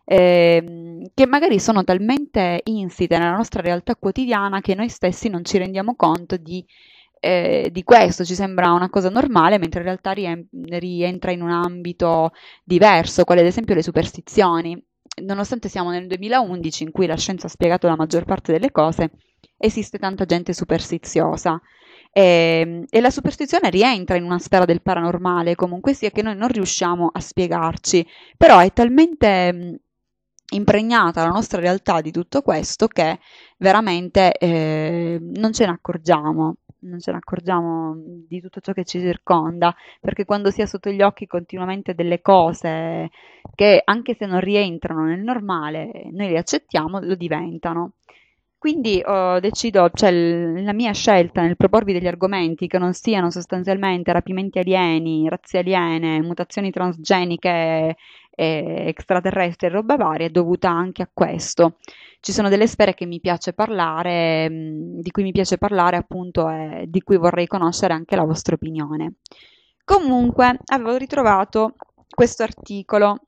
ehm, che magari sono talmente insite nella nostra realtà quotidiana che noi stessi non ci rendiamo conto di, eh, di questo, ci sembra una cosa normale, mentre in realtà rien- rientra in un ambito diverso, quale ad esempio le superstizioni. Nonostante siamo nel duemilaundici in cui la scienza ha spiegato la maggior parte delle cose, esiste tanta gente superstiziosa e, e la superstizione rientra in una sfera del paranormale, comunque sia che noi non riusciamo a spiegarci, però è talmente mh, impregnata la nostra realtà di tutto questo che veramente eh, non ce ne accorgiamo. Non ce ne accorgiamo di tutto ciò che ci circonda, perché quando si ha sotto gli occhi continuamente delle cose che anche se non rientrano nel normale, noi le accettiamo, lo diventano. Quindi ho decido, cioè l- la mia scelta nel proporvi degli argomenti che non siano sostanzialmente rapimenti alieni, razze aliene, mutazioni transgeniche, eh, extraterrestri e roba varia è dovuta anche a questo. Ci sono delle sfere che mi piace parlare, mh, di cui mi piace parlare appunto e di cui vorrei conoscere anche la vostra opinione. Comunque avevo ritrovato questo articolo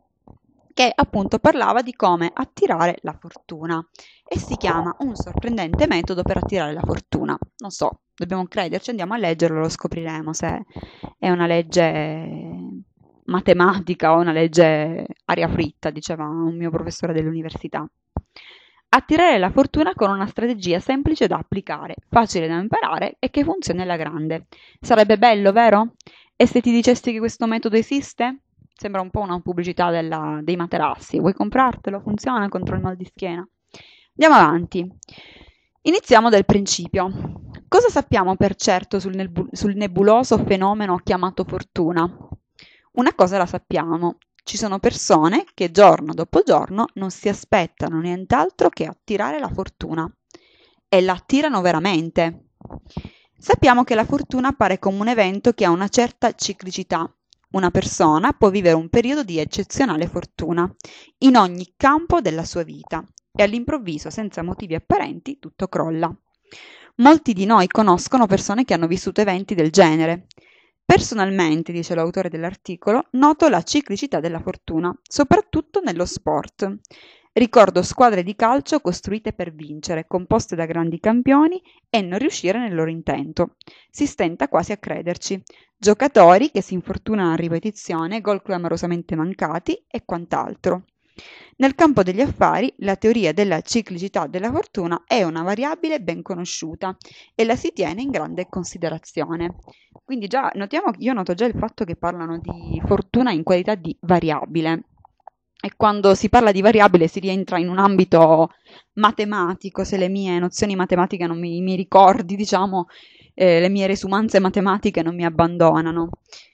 che appunto parlava di come attirare la fortuna e si chiama Un sorprendente metodo per attirare la fortuna. Non so, dobbiamo crederci, andiamo a leggerlo, lo scopriremo se è una legge matematica o una legge aria fritta, diceva un mio professore dell'università. Attirare la fortuna con una strategia semplice da applicare, facile da imparare e che funzioni alla grande. Sarebbe bello, vero? E se ti dicessi che questo metodo esiste? Sembra un po' una pubblicità della- dei materassi. Vuoi comprartelo? Funziona contro il mal di schiena. Andiamo avanti. Iniziamo dal principio. Cosa sappiamo per certo sul, nebu- sul nebuloso fenomeno chiamato fortuna? Una cosa la sappiamo. Ci sono persone che giorno dopo giorno non si aspettano nient'altro che attirare la fortuna. E la attirano veramente. Sappiamo che la fortuna appare come un evento che ha una certa ciclicità. Una persona può vivere un periodo di eccezionale fortuna in ogni campo della sua vita e all'improvviso, senza motivi apparenti, tutto crolla. Molti di noi conoscono persone che hanno vissuto eventi del genere. Personalmente, dice l'autore dell'articolo, noto la ciclicità della fortuna, soprattutto nello sport. Ricordo squadre di calcio costruite per vincere, composte da grandi campioni e non riuscire nel loro intento. Si stenta quasi a crederci. Giocatori che si infortunano a ripetizione, gol clamorosamente mancati e quant'altro. Nel campo degli affari, la teoria della ciclicità della fortuna è una variabile ben conosciuta e la si tiene in grande considerazione. Quindi già notiamo, io noto già il fatto che parlano di fortuna in qualità di variabile. E quando si parla di variabile si rientra in un ambito matematico, se le mie nozioni matematiche non mi, mi ricordi, diciamo, eh, le mie resumanze matematiche non mi abbandonano.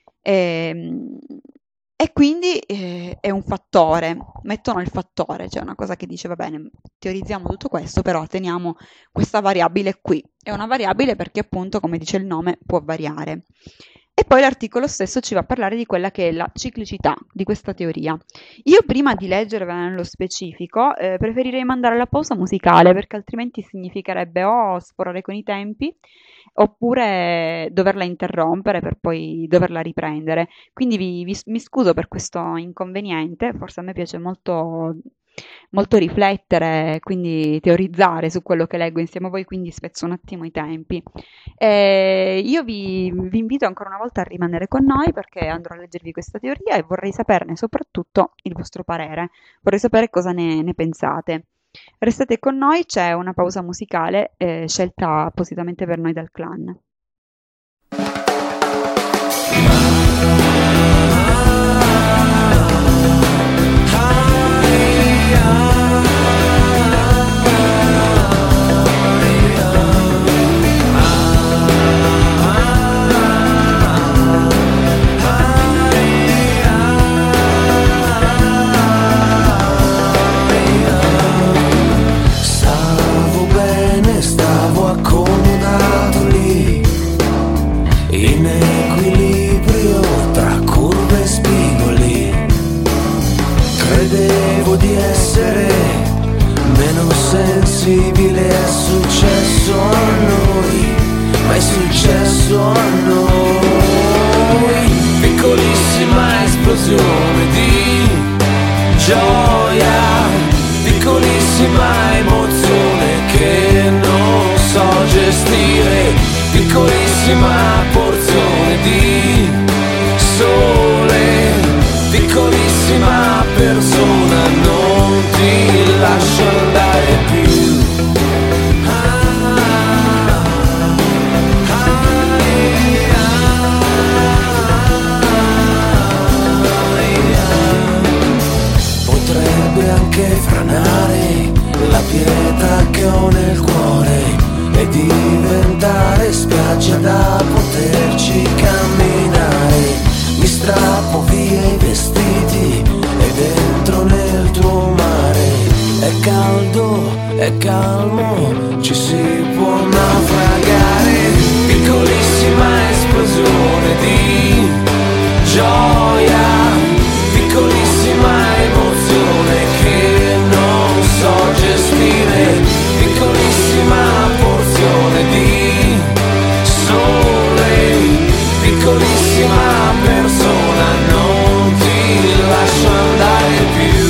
E, e quindi eh, è un fattore, mettono il fattore, cioè una cosa che dice, va bene, teorizziamo tutto questo, però teniamo questa variabile qui. È una variabile perché appunto, come dice il nome, può variare. E poi l'articolo stesso ci va a parlare di quella che è la ciclicità di questa teoria. Io prima di leggervela nello specifico eh, preferirei mandare la pausa musicale perché altrimenti significherebbe o sforare con i tempi oppure doverla interrompere per poi doverla riprendere. Quindi vi, vi- mi scuso per questo inconveniente, forse a me piace molto, molto riflettere, quindi teorizzare su quello che leggo insieme a voi, quindi spezzo un attimo i tempi. Eh, io vi, vi invito ancora una volta a rimanere con noi perché andrò a leggervi questa teoria e vorrei saperne soprattutto il vostro parere, vorrei sapere cosa ne, ne pensate. Restate con noi, c'è una pausa musicale eh, scelta appositamente per noi dal clan. Ah, credevo di essere meno sensibile, è successo a noi, ma è successo a noi. Piccolissima esplosione di gioia, piccolissima emozione che non so gestire, piccolissima porzione di sole, piccolissima persona, non ti lascio andare più. Potrebbe anche franare la pietra che ho nel cuore e diventare spiaggia da poterci camminare. Mi strappo via i vestiti e dentro nel tuo mare è caldo, è calmo, ci si può naufragare. Piccolissima esplosione di gioia, piccolissima emozione che non so gestire, piccolissima porzione di sole, piccolissima persona, non ti lascio andare più.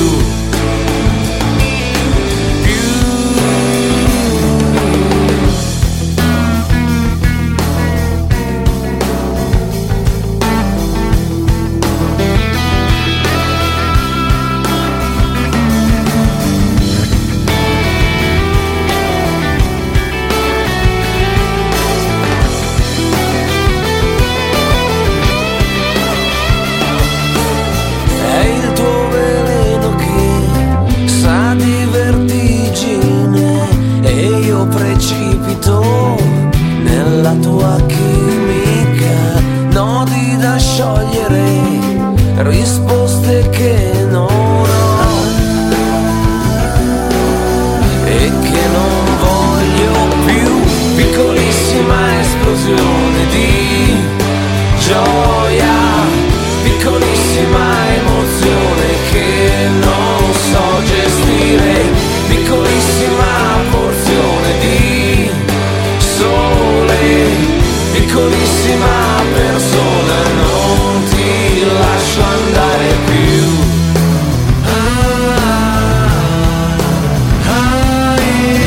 Precipito nella tua chimica, nodi da sciogliere, risposte che non ho e che non voglio più. Piccolissima esplosione di gioia, piccolissima emozione che non so gestire, piccolissima porzione di sole, piccolissima persona, non ti lascio andare più. Ah, ah, ah,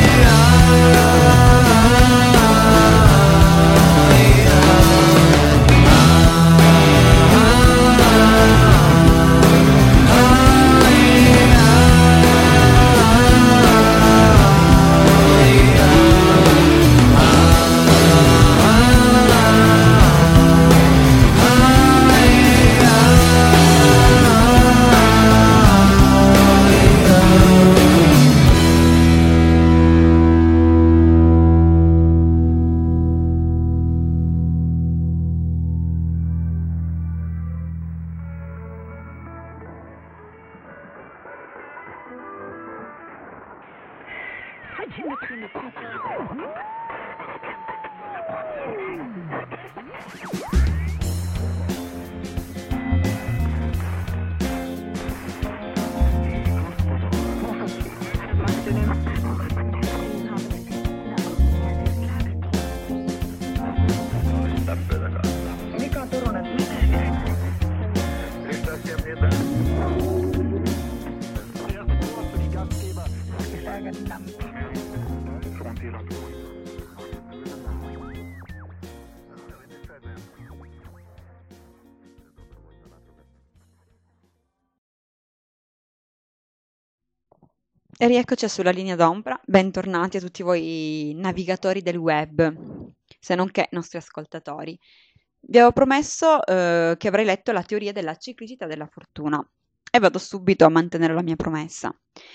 E rieccoci sulla linea d'ombra, bentornati a tutti voi navigatori del web, se non che nostri ascoltatori. Vi avevo promesso eh, che avrei letto la teoria della ciclicità della fortuna e vado subito a mantenere la mia promessa.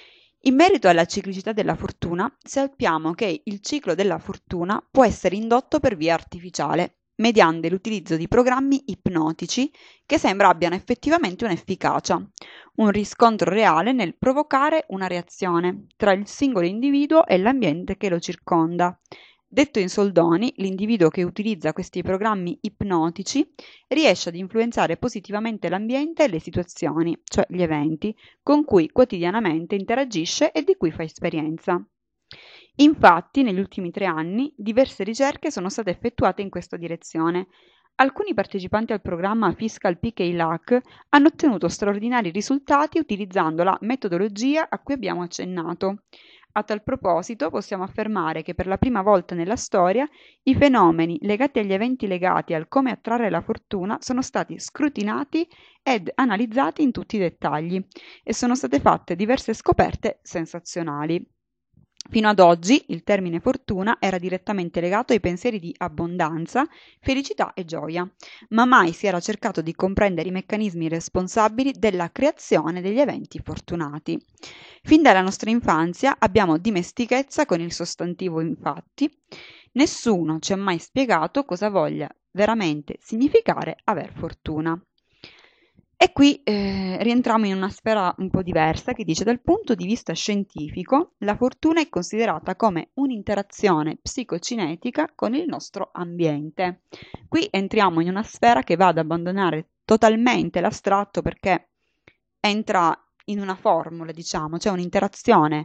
In merito alla ciclicità della fortuna, sappiamo che il ciclo della fortuna può essere indotto per via artificiale, mediante l'utilizzo di programmi ipnotici che sembra abbiano effettivamente un'efficacia, un riscontro reale nel provocare una reazione tra il singolo individuo e l'ambiente che lo circonda, Detto in soldoni, l'individuo che utilizza questi programmi ipnotici riesce ad influenzare positivamente l'ambiente e le situazioni, cioè gli eventi, con cui quotidianamente interagisce e di cui fa esperienza. Infatti, negli ultimi tre anni, diverse ricerche sono state effettuate in questa direzione. Alcuni partecipanti al programma Fiscal P K Luck hanno ottenuto straordinari risultati utilizzando la metodologia a cui abbiamo accennato. A tal proposito possiamo affermare che per la prima volta nella storia i fenomeni legati agli eventi legati al come attrarre la fortuna sono stati scrutinati ed analizzati in tutti i dettagli e sono state fatte diverse scoperte sensazionali. Fino ad oggi il termine fortuna era direttamente legato ai pensieri di abbondanza, felicità e gioia, ma mai si era cercato di comprendere i meccanismi responsabili della creazione degli eventi fortunati. Fin dalla nostra infanzia abbiamo dimestichezza con il sostantivo infatti. Nessuno ci ha mai spiegato cosa voglia veramente significare aver fortuna. E qui eh, rientriamo in una sfera un po' diversa che dice: dal punto di vista scientifico, la fortuna è considerata come un'interazione psicocinetica con il nostro ambiente. Qui entriamo in una sfera che va ad abbandonare totalmente l'astratto, perché entra in una formula, diciamo, cioè un'interazione,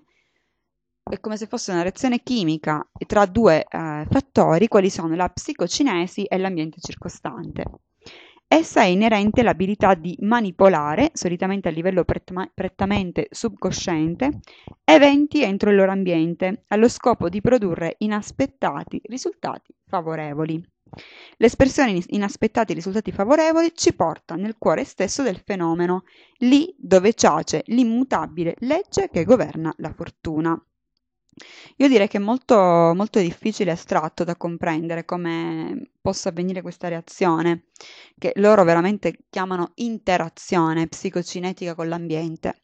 è come se fosse una reazione chimica tra due eh, fattori, quali sono la psicocinesi e l'ambiente circostante. Essa è inerente all'abilità di manipolare, solitamente a livello pretma- prettamente subconsciente, eventi entro il loro ambiente, allo scopo di produrre inaspettati risultati favorevoli. L'espressione in- inaspettati risultati favorevoli ci porta nel cuore stesso del fenomeno, lì dove giace l'immutabile legge che governa la fortuna. Io direi che è molto, molto difficile e astratto da comprendere come possa avvenire questa reazione, che loro veramente chiamano interazione psicocinetica con l'ambiente.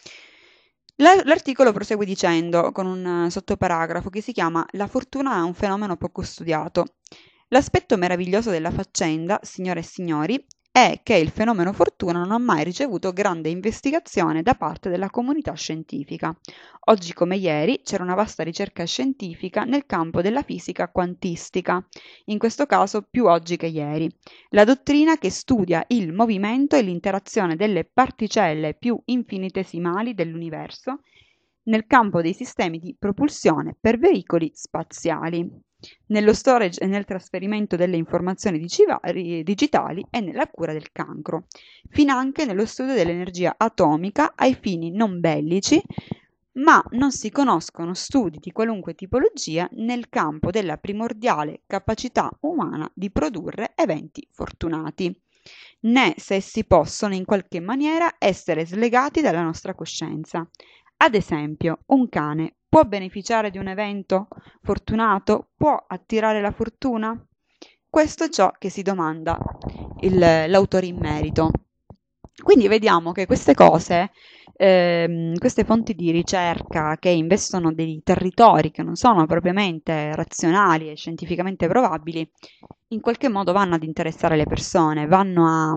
La- L'articolo prosegue dicendo, con un sottoparagrafo che si chiama La fortuna è un fenomeno poco studiato. L'aspetto meraviglioso della faccenda, signore e signori, è che il fenomeno fortuna non ha mai ricevuto grande investigazione da parte della comunità scientifica. Oggi come ieri c'era una vasta ricerca scientifica nel campo della fisica quantistica, in questo caso più oggi che ieri, la dottrina che studia il movimento e l'interazione delle particelle più infinitesimali dell'universo nel campo dei sistemi di propulsione per veicoli spaziali, nello storage e nel trasferimento delle informazioni digitali e nella cura del cancro, finanche nello studio dell'energia atomica ai fini non bellici, ma non si conoscono studi di qualunque tipologia nel campo della primordiale capacità umana di produrre eventi fortunati, né se essi possono in qualche maniera essere slegati dalla nostra coscienza. Ad esempio, un cane può beneficiare di un evento fortunato? Può attirare la fortuna? Questo è ciò che si domanda il, l'autore in merito. Quindi vediamo che queste cose, ehm, queste fonti di ricerca che investono dei territori che non sono propriamente razionali e scientificamente probabili, in qualche modo vanno ad interessare le persone, vanno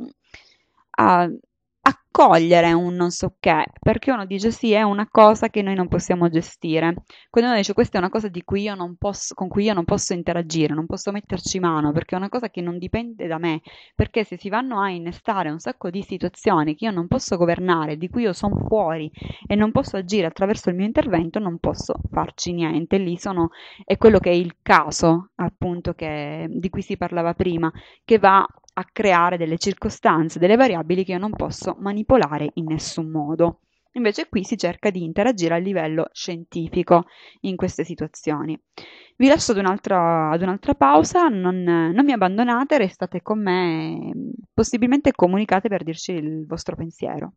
a, a accogliere un non so che, perché uno dice sì, è una cosa che noi non possiamo gestire. Quando uno dice questa è una cosa di cui io non posso, con cui io non posso interagire, non posso metterci mano, perché è una cosa che non dipende da me, perché se si vanno a innestare un sacco di situazioni che io non posso governare, di cui io sono fuori e non posso agire attraverso il mio intervento, non posso farci niente. Lì sono, è quello che è il caso, appunto, che, di cui si parlava prima, che va a creare delle circostanze, delle variabili che io non posso manipolare in nessun modo. Invece qui si cerca di interagire a livello scientifico in queste situazioni. Vi lascio ad un'altra, ad un'altra pausa, non, non mi abbandonate, restate con me, possibilmente comunicate per dirci il vostro pensiero.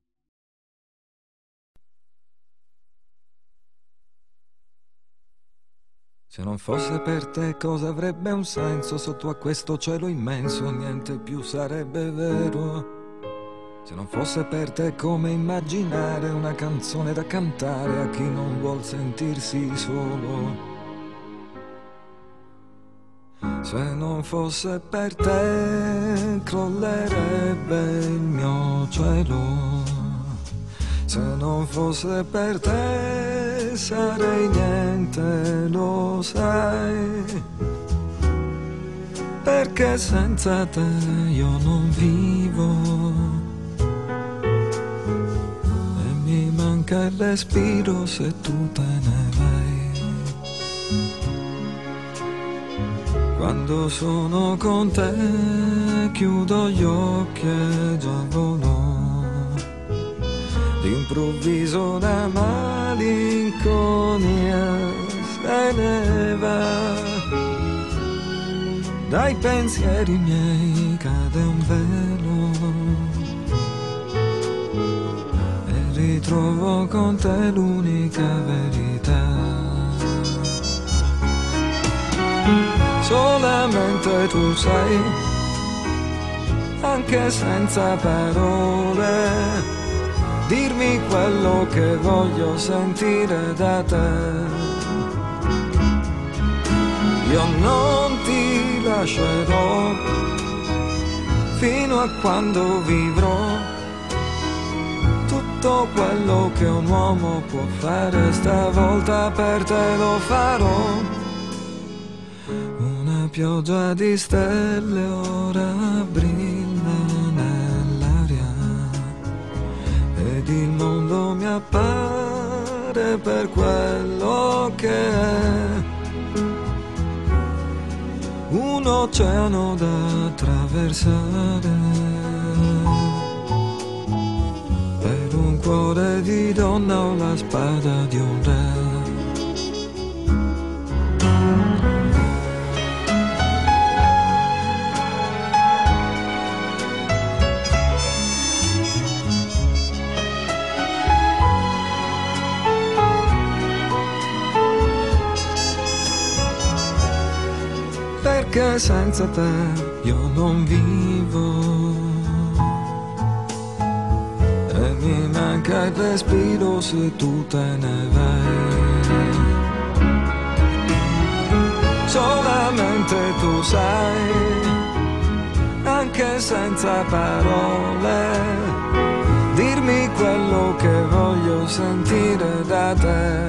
Se non fosse per te cosa avrebbe un senso? Sotto a questo cielo immenso niente più sarebbe vero. Se non fosse per te come immaginare una canzone da cantare a chi non vuol sentirsi solo. Se non fosse per te crollerebbe il mio cielo. Se non fosse per te che sarei niente, lo sai, perché senza te io non vivo. Mi manca il respiro se tu te ne vai. Quando sono con te chiudo gli occhi e già volo. D'improvviso una malinconia se ne va. Dai pensieri miei cade un velo. Ritrovo con te l'unica verità. Solamente tu sai, anche senza parole, dirmi quello che voglio sentire da te. Io non ti lascerò fino a quando vivrò. Tutto quello che un uomo può fare stavolta per te lo farò. Una pioggia di stelle ora brilla nell'aria ed il mondo mi appare per quello che è. Un oceano da attraversare. Un cuore di donna o la spada di un re. Perché senza te io non vivo. Mi manca il respiro se tu te ne vai. Solamente tu sai, anche senza parole, dirmi quello che voglio sentire da te.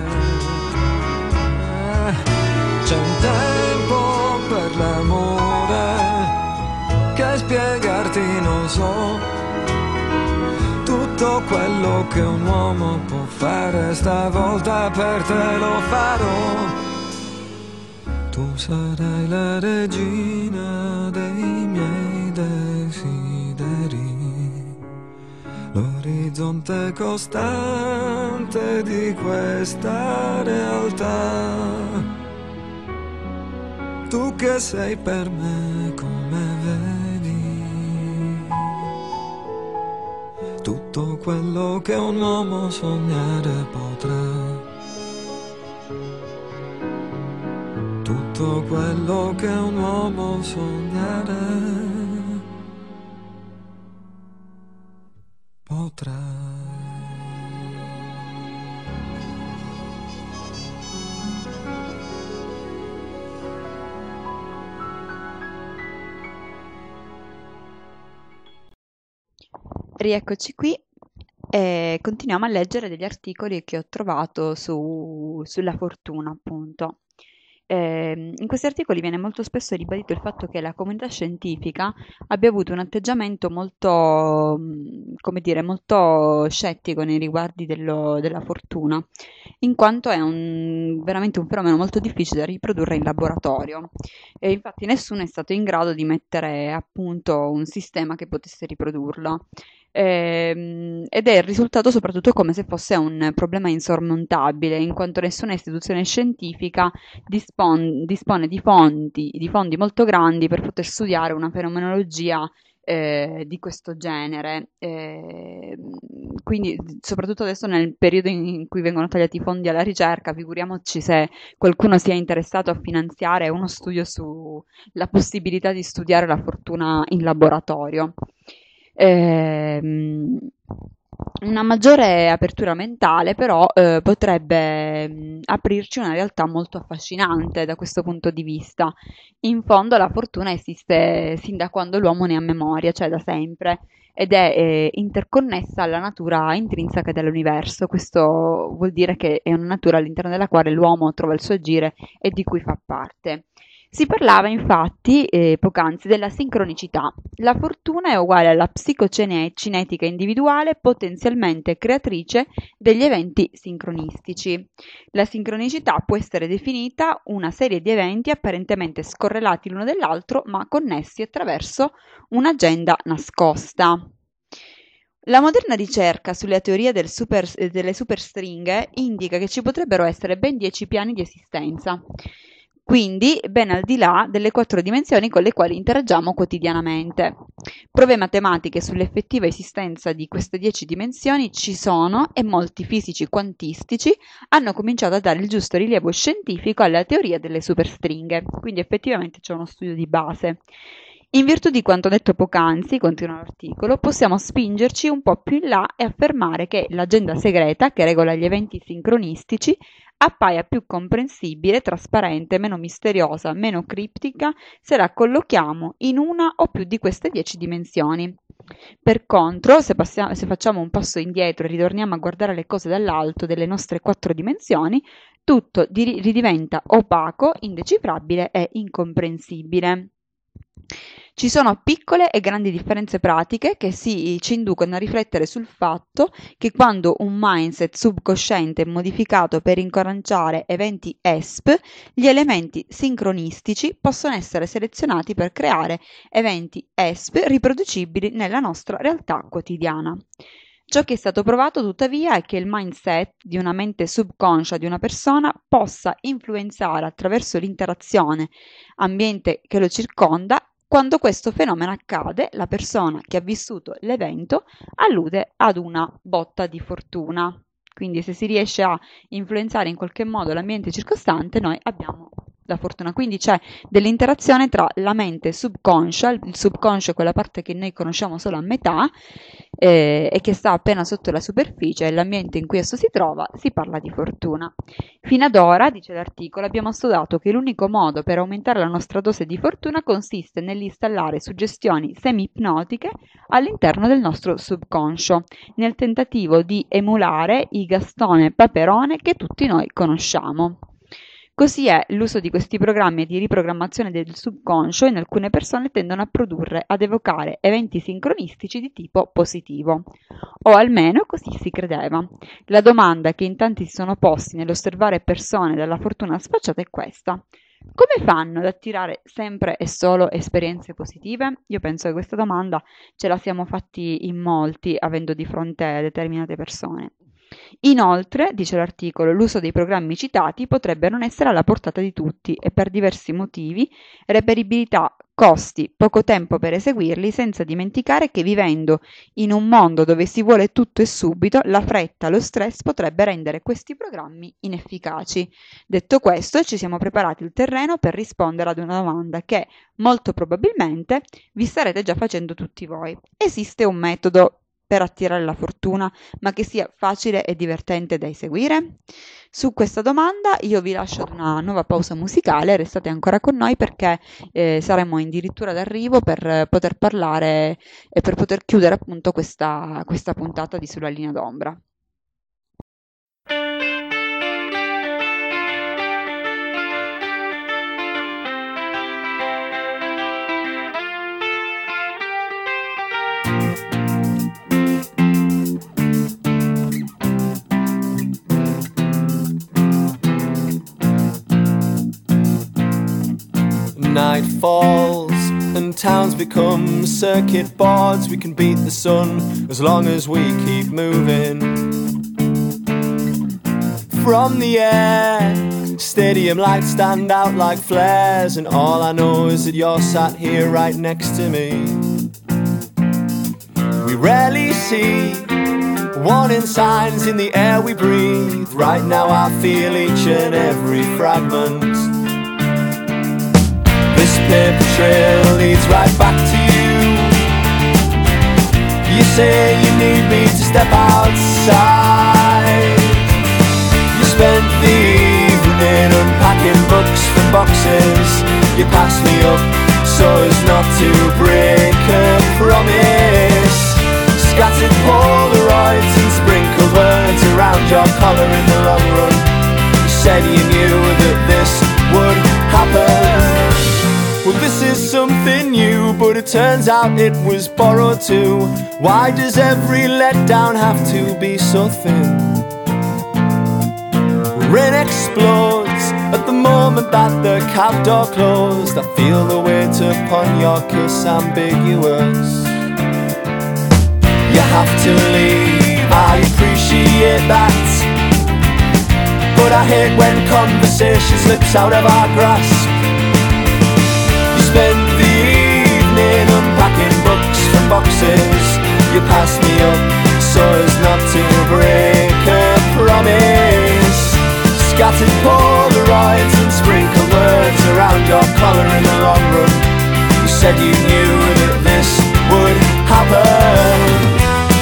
C'è un tempo per l'amore che spiegarti non so. Tutto quello che un uomo può fare stavolta per te lo farò. Tu sarai la regina dei miei desideri, l'orizzonte costante di questa realtà. Tu che sei per me come vedi. Tutto quello che un uomo sognare potrà. Tutto quello che un uomo sognare potrà. Rieccoci qui e continuiamo a leggere degli articoli che ho trovato su, sulla fortuna, appunto. Eh, in questi articoli viene molto spesso ribadito il fatto che la comunità scientifica abbia avuto un atteggiamento molto, mh, come dire, molto scettico nei riguardi dello- della fortuna, in quanto è un- veramente un fenomeno molto difficile da riprodurre in laboratorio. E infatti nessuno è stato in grado di mettere a punto un sistema che potesse riprodurlo. Ehm, ed è risultato soprattutto come se fosse un problema insormontabile, in quanto nessuna istituzione scientifica dispon- dispone di fondi, di fondi molto grandi per poter studiare una fenomenologia eh, di questo genere. Eh, quindi, soprattutto adesso nel periodo in cui vengono tagliati i fondi alla ricerca, figuriamoci se qualcuno sia interessato a finanziare uno studio sulla possibilità di studiare la fortuna in laboratorio. Ehm, Una maggiore apertura mentale però eh, potrebbe mh, aprirci una realtà molto affascinante da questo punto di vista. In fondo la fortuna esiste sin da quando l'uomo ne ha memoria, cioè da sempre, ed è eh, interconnessa alla natura intrinseca dell'universo. Questo vuol dire che è una natura all'interno della quale l'uomo trova il suo agire e di cui fa parte. Si parlava infatti eh, poc'anzi della sincronicità. La fortuna è uguale alla psicocinetica individuale potenzialmente creatrice degli eventi sincronistici. La sincronicità può essere definita una serie di eventi apparentemente scorrelati l'uno dall'altro ma connessi attraverso un'agenda nascosta. La moderna ricerca sulla teoria del super, delle superstringhe indica che ci potrebbero essere ben dieci piani di esistenza. Quindi ben al di là delle quattro dimensioni con le quali interagiamo quotidianamente. Prove matematiche sull'effettiva esistenza di queste dieci dimensioni ci sono e molti fisici quantistici hanno cominciato a dare il giusto rilievo scientifico alla teoria delle superstringhe, quindi effettivamente c'è uno studio di base. In virtù di quanto detto poc'anzi, continua l'articolo, possiamo spingerci un po' più in là e affermare che l'agenda segreta, che regola gli eventi sincronistici, appaia più comprensibile, trasparente, meno misteriosa, meno criptica se la collochiamo in una o più di queste dieci dimensioni. Per contro, se, passiamo, se facciamo un passo indietro e ritorniamo a guardare le cose dall'alto delle nostre quattro dimensioni, tutto di, ridiventa opaco, indecifrabile e incomprensibile. Ci sono piccole e grandi differenze pratiche che si, ci inducono a riflettere sul fatto che quando un mindset subconsciente è modificato per incoraggiare eventi E S P, gli elementi sincronistici possono essere selezionati per creare eventi E S P riproducibili nella nostra realtà quotidiana. Ciò che è stato provato tuttavia è che il mindset di una mente subconscia di una persona possa influenzare attraverso l'interazione ambiente che lo circonda. Quando questo fenomeno accade, la persona che ha vissuto l'evento allude ad una botta di fortuna. Quindi se si riesce a influenzare in qualche modo l'ambiente circostante, noi abbiamo la fortuna. Quindi c'è dell'interazione tra la mente subconscia, il subconscio è quella parte che noi conosciamo solo a metà eh, e che sta appena sotto la superficie, e l'ambiente in cui esso si trova, si parla di fortuna. Fino ad ora, dice l'articolo, abbiamo studiato che l'unico modo per aumentare la nostra dose di fortuna consiste nell'installare suggestioni semi-ipnotiche all'interno del nostro subconscio, nel tentativo di emulare i Gastone Paperone che tutti noi conosciamo. Così è, l'uso di questi programmi di riprogrammazione del subconscio in alcune persone tendono a produrre, ad evocare eventi sincronistici di tipo positivo, o almeno così si credeva. La domanda che in tanti si sono posti nell'osservare persone dalla fortuna sfacciata è questa: come fanno ad attirare sempre e solo esperienze positive? Io penso che questa domanda ce la siamo fatti in molti avendo di fronte determinate persone. Inoltre, dice l'articolo, l'uso dei programmi citati potrebbe non essere alla portata di tutti e per diversi motivi, reperibilità, costi, poco tempo per eseguirli, senza dimenticare che vivendo in un mondo dove si vuole tutto e subito, la fretta, lo stress potrebbe rendere questi programmi inefficaci. Detto questo, ci siamo preparati il terreno per rispondere ad una domanda che molto probabilmente vi starete già facendo tutti voi. Esiste un metodo per attirare la fortuna, ma che sia facile e divertente da eseguire? Su questa domanda io vi lascio ad una nuova pausa musicale, restate ancora con noi perché eh, saremo addirittura d'arrivo per poter parlare e per poter chiudere appunto questa, questa puntata di Sulla linea d'ombra. Night falls and towns become circuit boards. We can beat the sun as long as we keep moving. From the air, stadium lights stand out like flares, and all I know is that you're sat here right next to me. We rarely see warning signs in the air we breathe. Right now I feel each and every fragment. This paper trail leads right back to you. You say you need me to step outside. You spent the evening unpacking books from boxes. You passed me up so as not to break a promise. Scattered Polaroids and sprinkled words around your collar in the long run. You said you knew that this would happen. Well, this is something new, but it turns out it was borrowed too. Why does every letdown have to be so thin? Rain explodes at the moment that the cab door closed. I feel the weight upon your kiss ambiguous. You have to leave, I appreciate that, but I hate when conversation slips out of our grasp. Spend the evening unpacking books from boxes. You passed me up so as not to break a promise. Scattered Polaroids and sprinkled words around your collar in the long run. You said you knew that this would happen.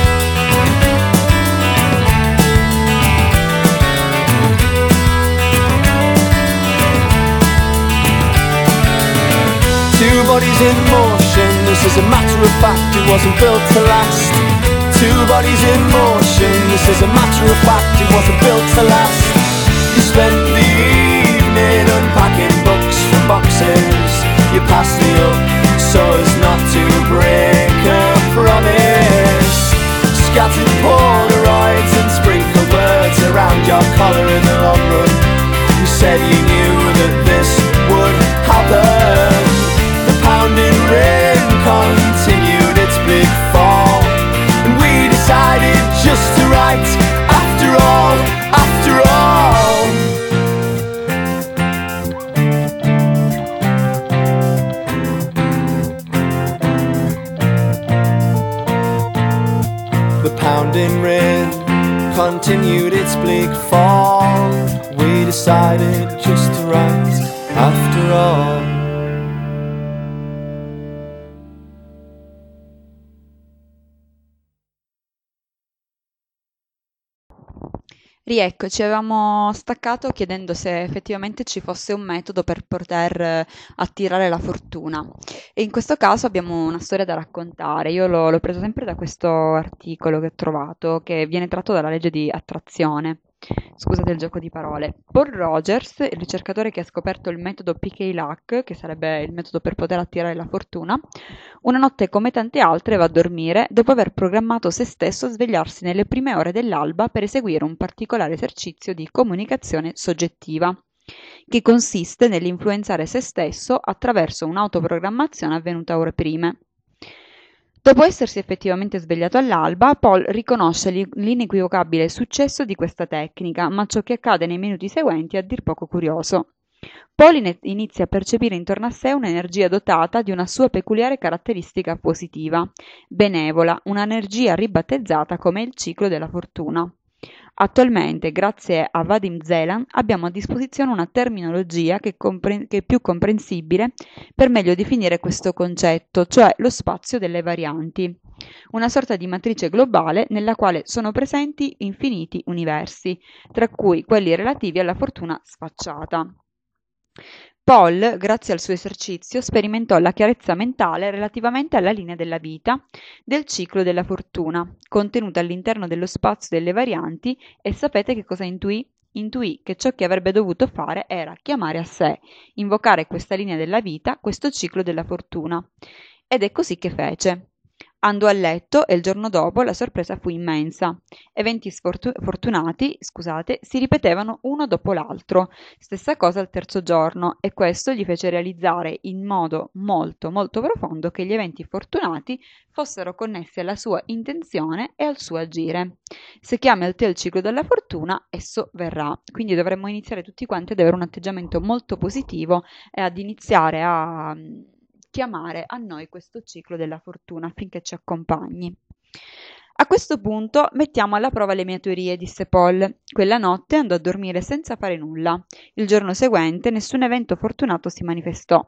Two bodies in motion, this is a matter of fact, it wasn't built to last. Two bodies in motion, this is a matter of fact, it wasn't built to last. You spent the evening unpacking books from boxes. You passed me up so as not to break a promise. Scattered Polaroids and sprinkled words around your collar in the long run. You said you knew that this would happen. Pounding rain continued its big fall, and we decided just to write after all, after all. The pounding rain continued its bleak fall. We decided just to write after all. Rieccoci, avevamo staccato chiedendo se effettivamente ci fosse un metodo per poter eh, attirare la fortuna e in questo caso abbiamo una storia da raccontare. Io l'ho, l'ho preso sempre da questo articolo che ho trovato, che viene tratto dalla legge di attrazione. Scusate il gioco di parole. Paul Rogers, il ricercatore che ha scoperto il metodo P K Luck, che sarebbe il metodo per poter attirare la fortuna, una notte come tante altre va a dormire dopo aver programmato se stesso a svegliarsi nelle prime ore dell'alba per eseguire un particolare esercizio di comunicazione soggettiva, che consiste nell'influenzare se stesso attraverso un'autoprogrammazione avvenuta ore prime. Dopo essersi effettivamente svegliato all'alba, Paul riconosce l'inequivocabile successo di questa tecnica, ma ciò che accade nei minuti seguenti è a dir poco curioso. Paul inizia a percepire intorno a sé un'energia dotata di una sua peculiare caratteristica positiva, benevola, un'energia ribattezzata come il ciclo della fortuna. Attualmente, grazie a Vadim Zeland, abbiamo a disposizione una terminologia che, compre- che è più comprensibile per meglio definire questo concetto, cioè lo spazio delle varianti, una sorta di matrice globale nella quale sono presenti infiniti universi, tra cui quelli relativi alla fortuna sfacciata. Paul, grazie al suo esercizio, sperimentò la chiarezza mentale relativamente alla linea della vita del ciclo della fortuna, contenuta all'interno dello spazio delle varianti, e sapete che cosa intuì? Intuì che ciò che avrebbe dovuto fare era chiamare a sé, invocare questa linea della vita, questo ciclo della fortuna. Ed è così che fece. Andò a letto e il giorno dopo la sorpresa fu immensa. Eventi sfortu- fortunati, scusate, si ripetevano uno dopo l'altro. Stessa cosa al terzo giorno, e questo gli fece realizzare in modo molto molto profondo che gli eventi fortunati fossero connessi alla sua intenzione e al suo agire. Se chiami al te il ciclo della fortuna, esso verrà. Quindi dovremmo iniziare tutti quanti ad avere un atteggiamento molto positivo e ad iniziare a chiamare a noi questo ciclo della fortuna affinché ci accompagni. A questo punto mettiamo alla prova le mie teorie, disse Paul. Quella notte andò a dormire senza fare nulla. Il giorno seguente nessun evento fortunato si manifestò.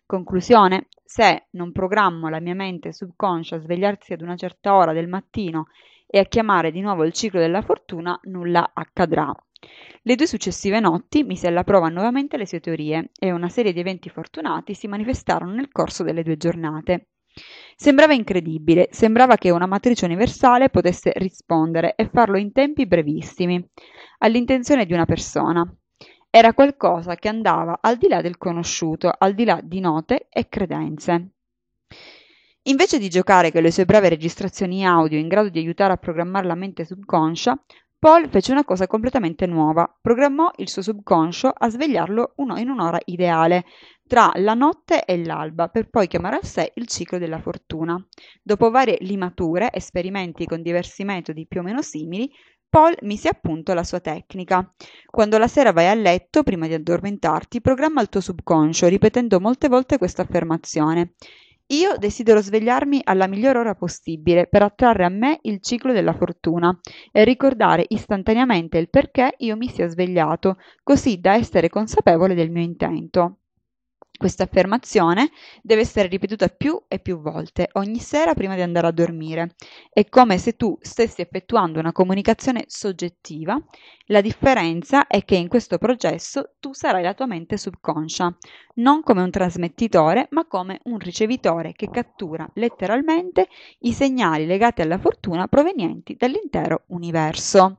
Conclusione: se non programmo la mia mente subconscia a svegliarsi ad una certa ora del mattino e a chiamare di nuovo il ciclo della fortuna, nulla accadrà. Le due successive notti mise alla prova nuovamente le sue teorie e una serie di eventi fortunati si manifestarono nel corso delle due giornate. Sembrava incredibile, sembrava che una matrice universale potesse rispondere e farlo in tempi brevissimi all'intenzione di una persona. Era qualcosa che andava al di là del conosciuto, al di là di note e credenze. Invece di giocare con le sue breve registrazioni audio in grado di aiutare a programmare la mente subconscia, Paul fece una cosa completamente nuova: programmò il suo subconscio a svegliarlo in un'ora ideale, tra la notte e l'alba, per poi chiamare a sé il ciclo della fortuna. Dopo varie limature, esperimenti con diversi metodi più o meno simili, Paul mise a punto la sua tecnica. Quando la sera vai a letto, prima di addormentarti, programma il tuo subconscio, ripetendo molte volte questa affermazione: io desidero svegliarmi alla miglior ora possibile per attrarre a me il ciclo della fortuna e ricordare istantaneamente il perché io mi sia svegliato, così da essere consapevole del mio intento. Questa affermazione deve essere ripetuta più e più volte, ogni sera prima di andare a dormire. È come se tu stessi effettuando una comunicazione soggettiva. La differenza è che in questo processo tu sarai la tua mente subconscia, non come un trasmettitore, ma come un ricevitore che cattura letteralmente i segnali legati alla fortuna provenienti dall'intero universo.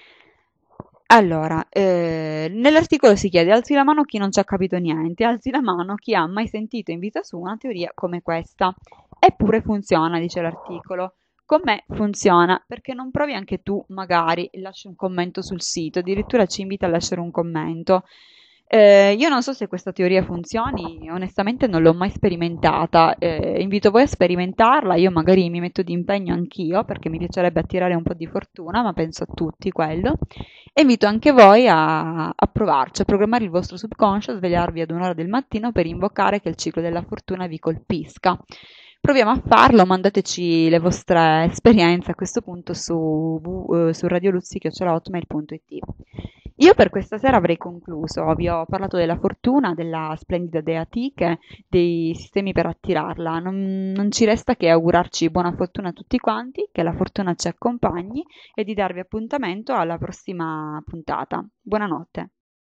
Allora, eh, nell'articolo si chiede: alzi la mano chi non ci ha capito niente, alzi la mano chi ha mai sentito in vita sua una teoria come questa. Eppure funziona, dice l'articolo. Con me funziona, perché non provi anche tu, magari, lasci un commento sul sito, addirittura ci invita a lasciare un commento. Eh, io non so se questa teoria funzioni, onestamente non l'ho mai sperimentata, eh, invito voi a sperimentarla, io magari mi metto di impegno anch'io perché mi piacerebbe attirare un po' di fortuna, ma penso a tutti quello, e invito anche voi a, a provarci, a programmare il vostro subconscio, a svegliarvi ad un'ora del mattino per invocare che il ciclo della fortuna vi colpisca. Proviamo a farlo, mandateci le vostre esperienze a questo punto su, uh, su radioluzzi chiocciola hotmail punto it. Io per questa sera avrei concluso, vi ho parlato della fortuna, della splendida dea Tiche, dei sistemi per attirarla. Non, non ci resta che augurarci buona fortuna a tutti quanti, che la fortuna ci accompagni e di darvi appuntamento alla prossima puntata. Buonanotte.